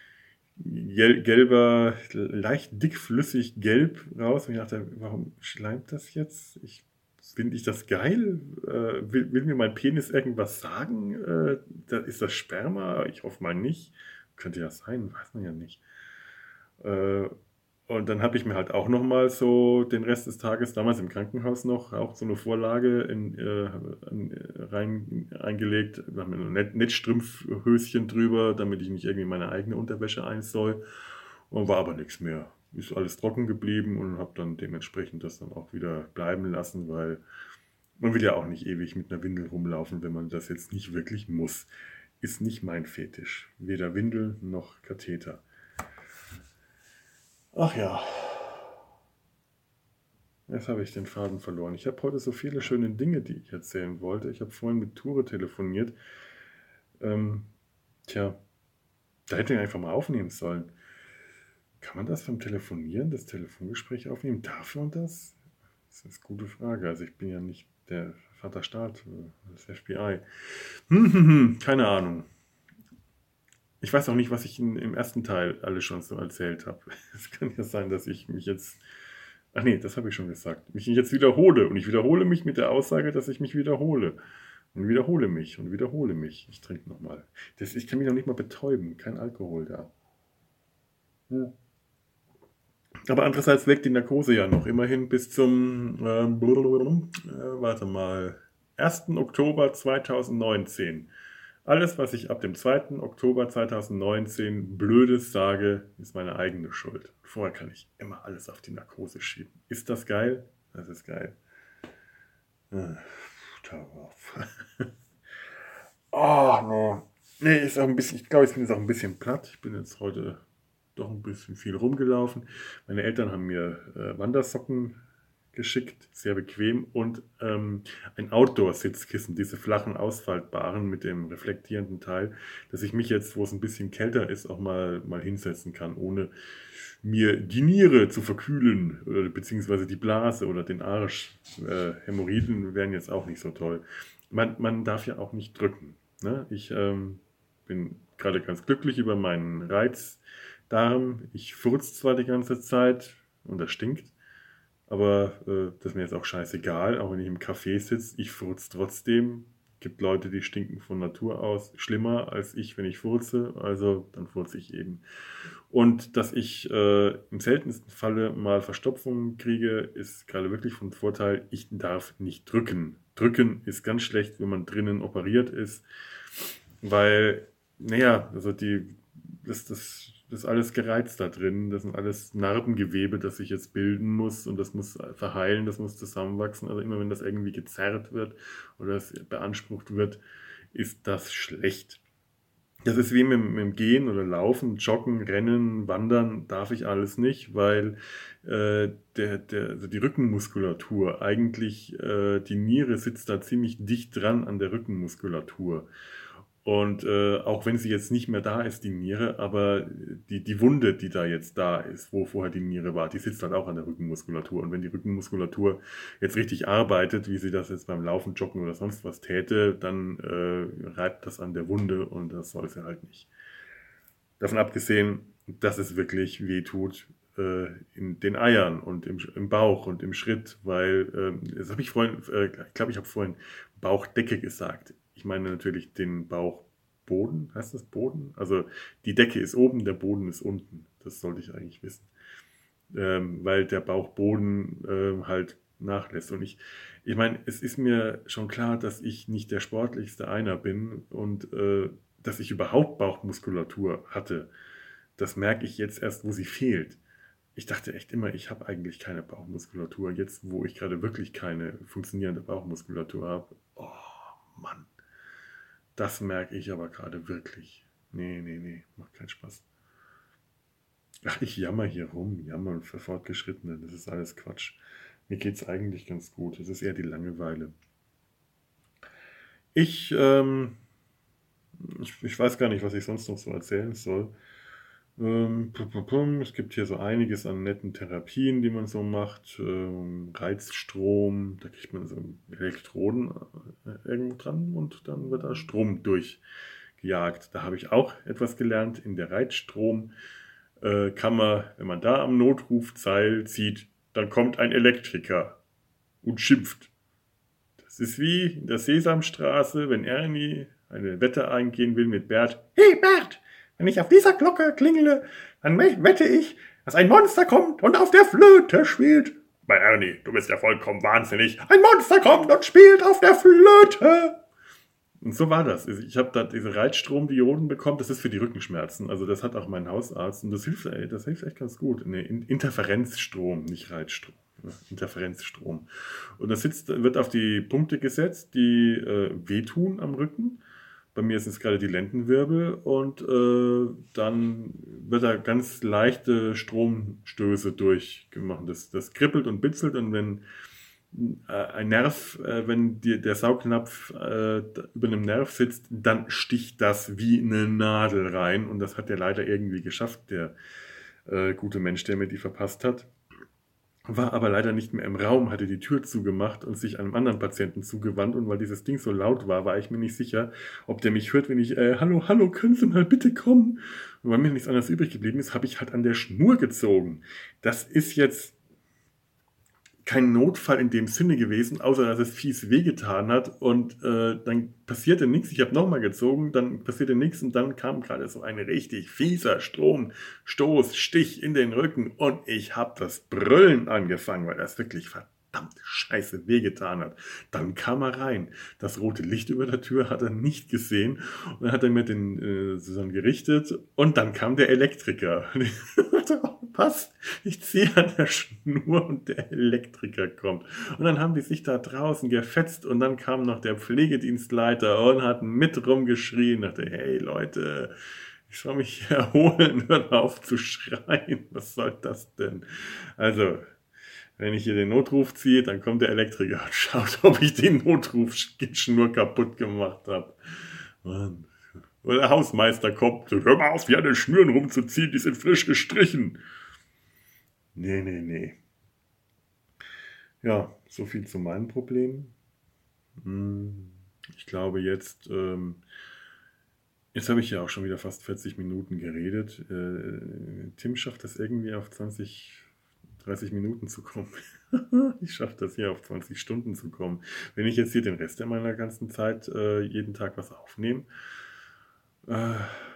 Speaker 1: gel gelber, leicht dickflüssig gelb raus. Und ich dachte, warum schleimt das jetzt? Ich, finde ich das geil? Äh, will, will mir mein Penis irgendwas sagen? Äh, da, ist das Sperma? Ich hoffe mal nicht. Könnte ja sein, weiß man ja nicht. Äh, Und dann habe ich mir halt auch nochmal so den Rest des Tages, damals im Krankenhaus noch, auch so eine Vorlage in, äh, rein, eingelegt. Da haben wir ein Net Netzstrümpfhöschen drüber, damit ich nicht irgendwie meine eigene Unterwäsche einsoll. Und war aber nichts mehr. Ist alles trocken geblieben und habe dann dementsprechend das dann auch wieder bleiben lassen, weil man will ja auch nicht ewig mit einer Windel rumlaufen, wenn man das jetzt nicht wirklich muss. Ist nicht mein Fetisch. Weder Windel noch Katheter. Ach ja, jetzt habe ich den Faden verloren. Ich habe heute so viele schöne Dinge, die ich erzählen wollte. Ich habe vorhin mit Ture telefoniert. Ähm, tja, da hätte ich einfach mal aufnehmen sollen. Kann man das beim Telefonieren, das Telefongespräch aufnehmen? Darf man das? Das ist eine gute Frage. Also ich bin ja nicht der Vaterstaat, äh, das F B I. Hm, hm, hm, keine Ahnung. Ich weiß auch nicht, was ich in, im ersten Teil alles schon so erzählt habe. Es kann ja sein, dass ich mich jetzt... Ach nee, das habe ich schon gesagt. Mich jetzt wiederhole. Und ich wiederhole mich mit der Aussage, dass ich mich wiederhole. Und wiederhole mich und wiederhole mich. Ich trinke nochmal. Ich kann mich noch nicht mal betäuben. Kein Alkohol da. Ja. Aber andererseits wirkt die Narkose ja noch immerhin bis zum, ähm, äh, warte mal, ersten Oktober zweitausendneunzehn. Alles, was ich ab dem zweiten Oktober zweitausendneunzehn Blödes sage, ist meine eigene Schuld. Vorher kann ich immer alles auf die Narkose schieben. Ist das geil? Das ist geil. Äh, Oh, nee. Nee, ist auch ein bisschen, ich glaube, ich bin jetzt auch ein bisschen platt. Ich bin jetzt heute doch ein bisschen viel rumgelaufen. Meine Eltern haben mir äh, Wandersocken geschickt, sehr bequem, und ähm, ein Outdoor-Sitzkissen, diese flachen, ausfaltbaren mit dem reflektierenden Teil, dass ich mich jetzt, wo es ein bisschen kälter ist, auch mal, mal hinsetzen kann, ohne mir die Niere zu verkühlen, oder beziehungsweise die Blase oder den Arsch. Äh, Hämorrhoiden wären jetzt auch nicht so toll. Man, man darf ja auch nicht drücken. Ne? Ich ähm, bin gerade ganz glücklich über meinen Reizdarm. Ich furze zwar die ganze Zeit und das stinkt, aber äh, das ist mir jetzt auch scheißegal, auch wenn ich im Café sitze, ich furze trotzdem. Es gibt Leute, die stinken von Natur aus schlimmer als ich, wenn ich furze, also dann furze ich eben. Und dass ich äh, im seltensten Falle mal Verstopfung kriege, ist gerade wirklich von Vorteil. Ich darf nicht drücken. Drücken ist ganz schlecht, wenn man drinnen operiert ist, weil, naja, also die, das, das, das ist alles gereizt da drin. Das sind alles Narbengewebe, das sich jetzt bilden muss, und das muss verheilen, das muss zusammenwachsen. Also immer wenn das irgendwie gezerrt wird oder es beansprucht wird, ist das schlecht. Das ist wie mit, mit dem Gehen oder Laufen, Joggen, Rennen, Wandern darf ich alles nicht, weil äh, der, der, also die Rückenmuskulatur, eigentlich äh, die Niere sitzt da ziemlich dicht dran an der Rückenmuskulatur. Und äh, auch wenn sie jetzt nicht mehr da ist, die Niere, aber die, die Wunde, die da jetzt da ist, wo vorher die Niere war, die sitzt halt auch an der Rückenmuskulatur. Und wenn die Rückenmuskulatur jetzt richtig arbeitet, wie sie das jetzt beim Laufen, Joggen oder sonst was täte, dann äh, reibt das an der Wunde, und das soll sie halt nicht. Davon abgesehen, dass es wirklich weh tut äh, in den Eiern und im, im Bauch und im Schritt, weil, äh, das habe ich vorhin, äh, ich glaube, ich habe vorhin Bauchdecke gesagt. Ich meine natürlich den Bauchboden, heißt das Boden? Also die Decke ist oben, der Boden ist unten. Das sollte ich eigentlich wissen. Ähm, weil der Bauchboden äh, halt nachlässt. Und ich, ich meine, es ist mir schon klar, dass ich nicht der sportlichste einer bin, und äh, dass ich überhaupt Bauchmuskulatur hatte. Das merke ich jetzt erst, wo sie fehlt. Ich dachte echt immer, ich habe eigentlich keine Bauchmuskulatur. Jetzt, wo ich gerade wirklich keine funktionierende Bauchmuskulatur habe, oh Mann. Das merke ich aber gerade wirklich. Nee, nee, nee, macht keinen Spaß. Ach, ich jammer hier rum, jammern für Fortgeschrittene, das ist alles Quatsch. Mir geht's eigentlich ganz gut, es ist eher die Langeweile. Ich, ähm, ich, ich weiß gar nicht, was ich sonst noch so erzählen soll. Ähm, pum, pum, pum. Es gibt hier so einiges an netten Therapien, die man so macht. Ähm, Reizstrom, da kriegt man so Elektroden äh, irgendwo dran, und dann wird da Strom durchgejagt. Da habe ich auch etwas gelernt in der Reizstromkammer. Äh, Kammer. Wenn man da am Notrufseil zieht, dann kommt ein Elektriker und schimpft. Das ist wie in der Sesamstraße, wenn Ernie eine Wette eingehen will mit Bert. Hey Bert, wenn ich auf dieser Glocke klingele, dann wette ich, dass ein Monster kommt und auf der Flöte spielt. Bei Ernie, du bist ja vollkommen wahnsinnig. Ein Monster kommt und spielt auf der Flöte. Und so war das. Ich habe da diese Reizstromdioden bekommen. Das ist für die Rückenschmerzen. Also das hat auch mein Hausarzt. Und das hilft, ey, das hilft echt ganz gut. Nee, Interferenzstrom, nicht Reizstrom. Interferenzstrom. Und das sitzt, wird auf die Punkte gesetzt, die äh, wehtun am Rücken. Bei mir sind es gerade die Lendenwirbel, und äh, dann wird da ganz leichte Stromstöße durchgemacht. Das, das kribbelt und bitzelt, und wenn äh, ein Nerv, äh, wenn die, der Saugnapf äh, über einem Nerv sitzt, dann sticht das wie eine Nadel rein, und das hat er leider irgendwie geschafft, der äh, gute Mensch, der mir die verpasst hat. War aber leider nicht mehr im Raum, hatte die Tür zugemacht und sich einem anderen Patienten zugewandt. Und weil dieses Ding so laut war, war ich mir nicht sicher, ob der mich hört, wenn ich, äh, hallo, hallo, können Sie mal bitte kommen? Und weil mir nichts anderes übrig geblieben ist, habe ich halt an der Schnur gezogen. Das ist jetzt kein Notfall in dem Sinne gewesen, außer dass es fies wehgetan hat. Und äh, dann passierte nichts. Ich habe nochmal gezogen, dann passierte nichts und dann kam gerade so ein richtig fieser Stromstoß, Stich in den Rücken und ich habe das Brüllen angefangen, weil das wirklich verdammt scheiße wehgetan hat. Dann kam er rein. Das rote Licht über der Tür hat er nicht gesehen und dann hat er mir den äh, Susan gerichtet und dann kam der Elektriker. Was? Ich ziehe an der Schnur und der Elektriker kommt. Und dann haben die sich da draußen gefetzt und dann kam noch der Pflegedienstleiter und hat mit rumgeschrien. Ich dachte, hey Leute, ich soll mich hier erholen, hört auf zu schreien. Was soll das denn? Also, wenn ich hier den Notruf ziehe, dann kommt der Elektriker und schaut, ob ich den Notrufschnur kaputt gemacht habe. Mann. Oder der Hausmeister kommt und hör mal auf, hier an den Schnüren rumzuziehen, die sind frisch gestrichen. Nee, nee, nee. Ja, so viel zu meinem Problem. Ich glaube jetzt, ähm, jetzt habe ich ja auch schon wieder fast vierzig Minuten geredet. Äh, Tim schafft das irgendwie auf zwanzig, dreißig Minuten zu kommen. Ich schaffe das hier auf zwanzig Stunden zu kommen. Wenn ich jetzt hier den Rest meiner ganzen Zeit äh, jeden Tag was aufnehme, äh,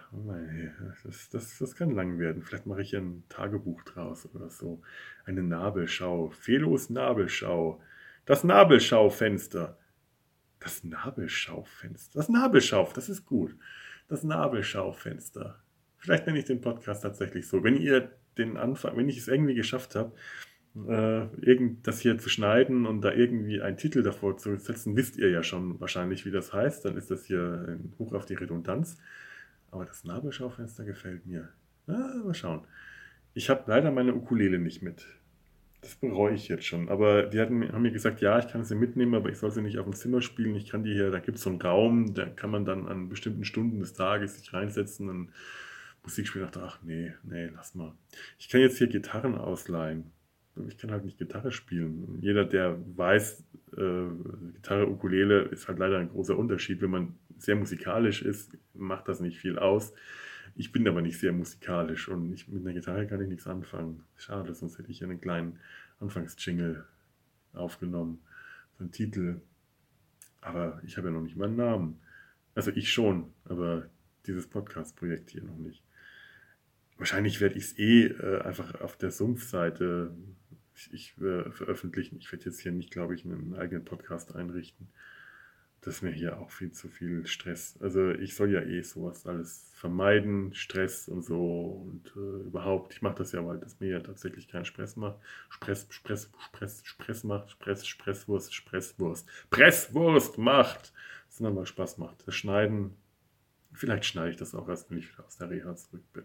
Speaker 1: Das, das, das kann lang werden. Vielleicht mache ich hier ein Tagebuch draus oder so. Eine Nabelschau. Felos Nabelschau. Das Nabelschaufenster. Das Nabelschaufenster. Das Nabelschau, das ist gut. Das Nabelschaufenster. Vielleicht nenne ich den Podcast tatsächlich so. Wenn ihr den Anfang, wenn ich es irgendwie geschafft habe, äh, irgend, das hier zu schneiden und da irgendwie einen Titel davor zu setzen, wisst ihr ja schon wahrscheinlich, wie das heißt. Dann ist das hier ein Hoch auf die Redundanz. Aber das Nabelschaufenster gefällt mir. Ah, mal schauen. Ich habe leider meine Ukulele nicht mit. Das bereue ich jetzt schon. Aber die hatten, haben mir gesagt, ja, ich kann sie mitnehmen, aber ich soll sie nicht auf dem Zimmer spielen. Ich kann die hier, da gibt es so einen Raum, da kann man dann an bestimmten Stunden des Tages sich reinsetzen und Musik spielen. Ich dachte, ach nee, nee, lass mal. Ich kann jetzt hier Gitarren ausleihen. Ich kann halt nicht Gitarre spielen. Jeder, der weiß, äh, Gitarre, Ukulele ist halt leider ein großer Unterschied. Wenn man sehr musikalisch ist, macht das nicht viel aus. Ich bin aber nicht sehr musikalisch und ich, mit einer Gitarre kann ich nichts anfangen. Schade, sonst hätte ich einen kleinen Anfangsjingle aufgenommen, so einen Titel. Aber ich habe ja noch nicht meinen Namen. Also ich schon, aber dieses Podcast-Projekt hier noch nicht. Wahrscheinlich werde ich es eh äh, einfach auf der Sumpf-Seite ich, ich, äh, veröffentlichen. Ich werde jetzt hier nicht, glaube ich, einen eigenen Podcast einrichten. Das ist mir hier auch viel zu viel Stress. Also ich soll ja eh sowas alles vermeiden, Stress und so und äh, überhaupt. Ich mache das ja, weil das mir ja tatsächlich keinen Stress macht. Stress, Stress, Stress, Stress macht, Stress, Stresswurst, Stresswurst, Presswurst macht. Das dann aber Spaß macht. Das Schneiden, vielleicht schneide ich das auch erst, wenn ich wieder aus der Reha zurück bin.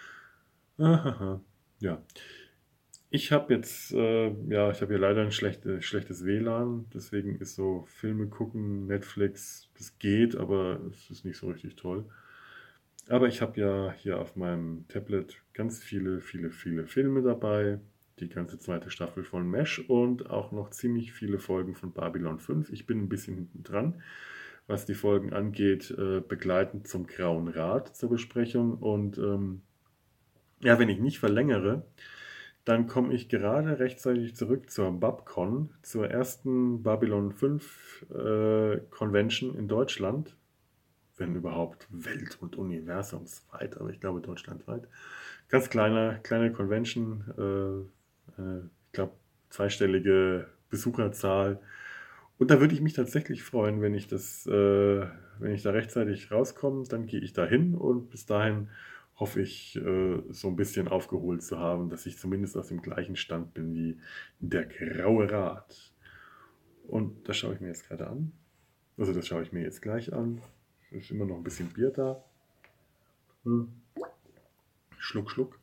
Speaker 1: Ahaha. Ja. Ich habe jetzt, äh, ja, ich habe hier leider ein schlechte, schlechtes W L A N, deswegen ist so Filme gucken, Netflix, das geht, aber es ist nicht so richtig toll. Aber ich habe ja hier auf meinem Tablet ganz viele, viele, viele Filme dabei, die ganze zweite Staffel von Mesh und auch noch ziemlich viele Folgen von Babylon fünf. Ich bin ein bisschen hinten dran, was die Folgen angeht, äh, begleitend zum Grauen Rat zur Besprechung und ähm, ja, wenn ich nicht verlängere, dann komme ich gerade rechtzeitig zurück zur Babcon, zur ersten Babylon fünf äh, Convention in Deutschland, wenn überhaupt welt- und universumsweit, aber ich glaube deutschlandweit. Ganz kleine, kleine Convention, äh, äh, ich glaube zweistellige Besucherzahl. Und da würde ich mich tatsächlich freuen, wenn ich das, äh, wenn ich da rechtzeitig rauskomme, dann gehe ich da hin und bis dahin hoffe ich, äh, so ein bisschen aufgeholt zu haben, dass ich zumindest aus dem gleichen Stand bin wie der Graue Rat. Und das schaue ich mir jetzt gerade an. Also das schaue ich mir jetzt gleich an. Es ist immer noch ein bisschen Bier da. Hm. Schluck, Schluck.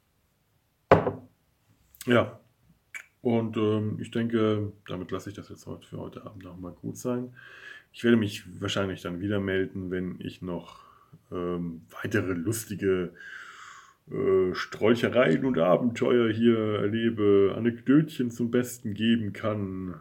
Speaker 1: Ja, und ähm, ich denke, damit lasse ich das jetzt heute für heute Abend auch mal gut sein. Ich werde mich wahrscheinlich dann wieder melden, wenn ich noch ähm, weitere lustige äh, Sträuchereien und Abenteuer hier erlebe, Anekdötchen zum Besten geben kann,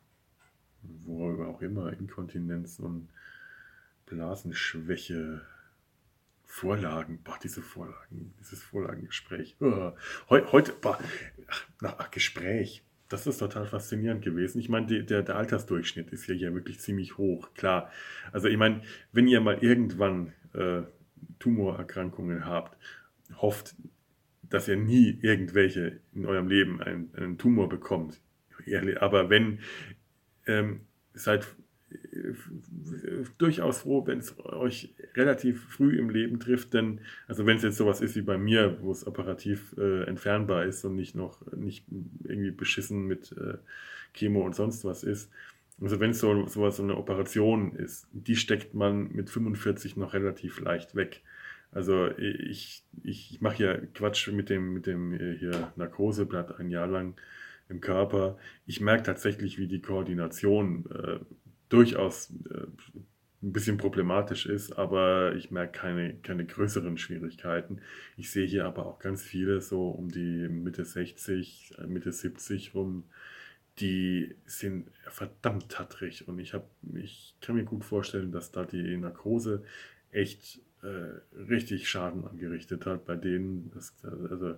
Speaker 1: worüber auch immer, Inkontinenz und Blasenschwäche, Vorlagen, boah, diese Vorlagen, dieses Vorlagengespräch. Uh, heu, heute, boah, ach, ach, Gespräch, das ist total faszinierend gewesen. Ich meine, die, der, der Altersdurchschnitt ist ja hier wirklich ziemlich hoch, klar. Also ich meine, wenn ihr mal irgendwann äh, Tumorerkrankungen habt, hofft, dass ihr nie irgendwelche in eurem Leben einen, einen Tumor bekommt. Aber wenn, ähm, seid äh, durchaus froh, wenn es euch relativ früh im Leben trifft, denn, also wenn es jetzt sowas ist wie bei mir, wo es operativ äh, entfernbar ist und nicht noch, nicht irgendwie beschissen mit äh, Chemo und sonst was ist, also wenn es so sowas, so eine Operation ist, die steckt man mit fünfundvierzig noch relativ leicht weg. Also ich, ich, ich mache ja Quatsch mit dem, mit dem hier Narkoseblatt ein Jahr lang im Körper. Ich merke tatsächlich, wie die Koordination äh, durchaus äh, ein bisschen problematisch ist, aber ich merke keine, keine größeren Schwierigkeiten. Ich sehe hier aber auch ganz viele so um die Mitte sechzig, Mitte siebzig rum, die sind verdammt tattrig und ich, hab, ich kann mir gut vorstellen, dass da die Narkose echt äh, richtig Schaden angerichtet hat bei denen. Das, also,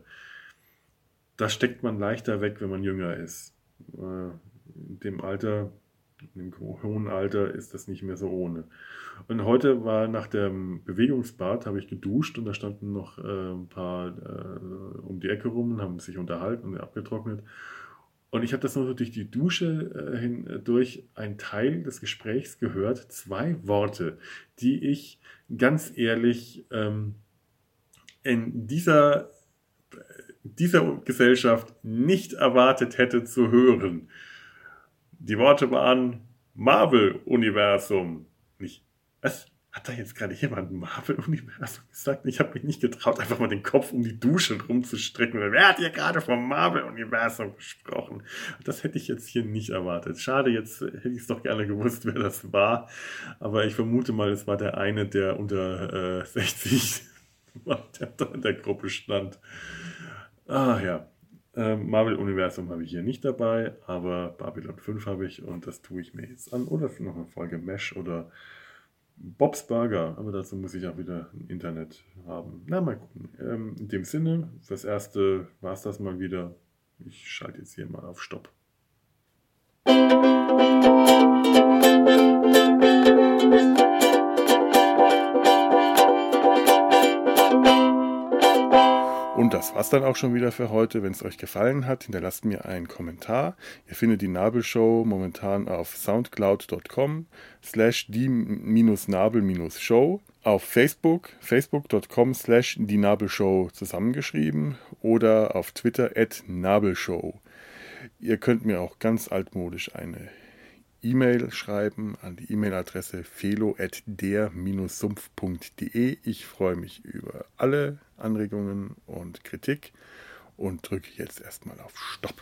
Speaker 1: das steckt man leichter weg, wenn man jünger ist. Äh, in dem Alter, im hohen Alter ist das nicht mehr so ohne. Und heute war nach dem Bewegungsbad, habe ich geduscht und da standen noch äh, ein paar äh, um die Ecke rum und haben sich unterhalten und abgetrocknet. Und ich habe das nur so durch die Dusche äh, hindurch ein Teil des Gesprächs gehört, zwei Worte, die ich ganz ehrlich ähm, in dieser, dieser Gesellschaft nicht erwartet hätte zu hören. Die Worte waren Marvel-Universum. Nicht, was? Hat da jetzt gerade jemand Marvel-Universum gesagt? Ich habe mich nicht getraut, einfach mal den Kopf um die Dusche rumzustrecken. Wer hat hier gerade vom Marvel-Universum gesprochen? Das hätte ich jetzt hier nicht erwartet. Schade, jetzt hätte ich es doch gerne gewusst, wer das war. Aber ich vermute mal, es war der eine, der unter äh, sechzig der da in der Gruppe stand. Ah ja. Ähm, Marvel-Universum habe ich hier nicht dabei, aber Babylon fünf habe ich und das tue ich mir jetzt an. Oder für noch eine Folge Mesh oder Bob's Burger, aber dazu muss ich auch wieder ein Internet haben. Na, mal gucken. Ähm, in dem Sinne, fürs Erste war es das mal wieder. Ich schalte jetzt hier mal auf Stopp. Und das war's dann auch schon wieder für heute. Wenn es euch gefallen hat, hinterlasst mir einen Kommentar. Ihr findet die Nabelshow momentan auf soundcloud dot com slash die Nabel Show, auf Facebook, facebook dot com slash die Nabelshow zusammengeschrieben oder auf Twitter at Nabelshow. Ihr könnt mir auch ganz altmodisch eine E-Mail schreiben an die E-Mail-Adresse felo at der sumpf punkt de. Ich freue mich über alle Anregungen und Kritik und drücke jetzt erstmal auf Stopp.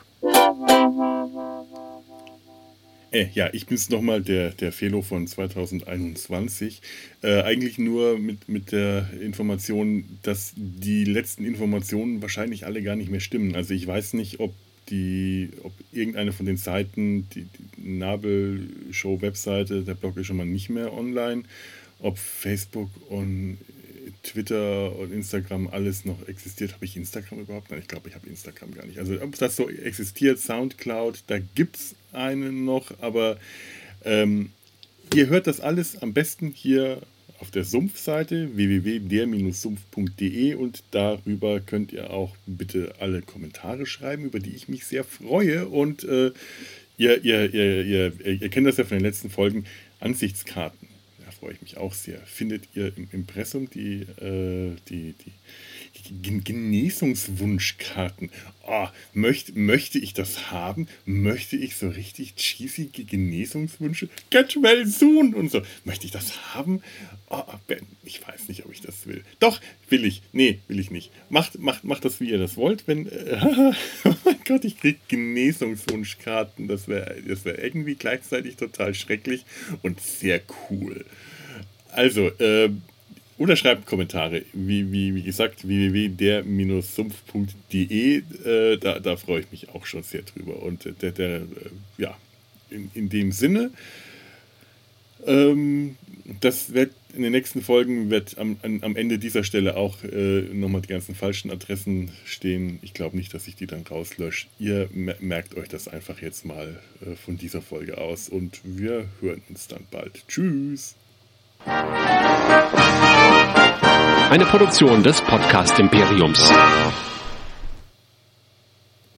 Speaker 1: Äh, ja, ich bin's nochmal, der, der Felo von zwanzig einundzwanzig. Äh, eigentlich nur mit, mit der Information, dass die letzten Informationen wahrscheinlich alle gar nicht mehr stimmen. Also ich weiß nicht, ob Die, ob irgendeine von den Seiten, die, die Nabelshow-Webseite, der Blog ist schon mal nicht mehr online, ob Facebook und Twitter und Instagram alles noch existiert. Habe ich Instagram überhaupt? Nein, ich glaube, ich habe Instagram gar nicht. Also ob das so existiert, Soundcloud, da gibt es einen noch, aber ähm, ihr hört das alles am besten hier auf der Sumpf-Seite w w w punkt der sumpf punkt de und darüber könnt ihr auch bitte alle Kommentare schreiben, über die ich mich sehr freue. Und äh, ihr, ihr, ihr, ihr, ihr kennt das ja von den letzten Folgen, Ansichtskarten. Da freue ich mich auch sehr. Findet ihr im Impressum die, äh, die, die Genesungswunschkarten. Oh, möcht, möchte ich das haben? Möchte ich so richtig cheesy Genesungswünsche? Get well soon und so. Möchte ich das haben? Oh, ich weiß nicht, ob ich das will. Doch, will ich. Nee, will ich nicht. Macht, macht, macht das, wie ihr das wollt. Wenn, äh, oh mein Gott, ich kriege Genesungswunschkarten. Das wäre das wär irgendwie gleichzeitig total schrecklich und sehr cool. Also, äh, Oder schreibt Kommentare. Wie, wie, wie gesagt, w w w punkt der Bindestrich sumpf punkt d e. Äh, da, da freue ich mich auch schon sehr drüber. Und der, der äh, ja, in, in dem Sinne, ähm, das wird in den nächsten Folgen wird am, an, am Ende dieser Stelle auch äh, nochmal die ganzen falschen Adressen stehen. Ich glaube nicht, dass ich die dann rauslösche. Ihr merkt euch das einfach jetzt mal äh, von dieser Folge aus und wir hören uns dann bald. Tschüss!
Speaker 2: Eine Produktion des Podcast Imperiums.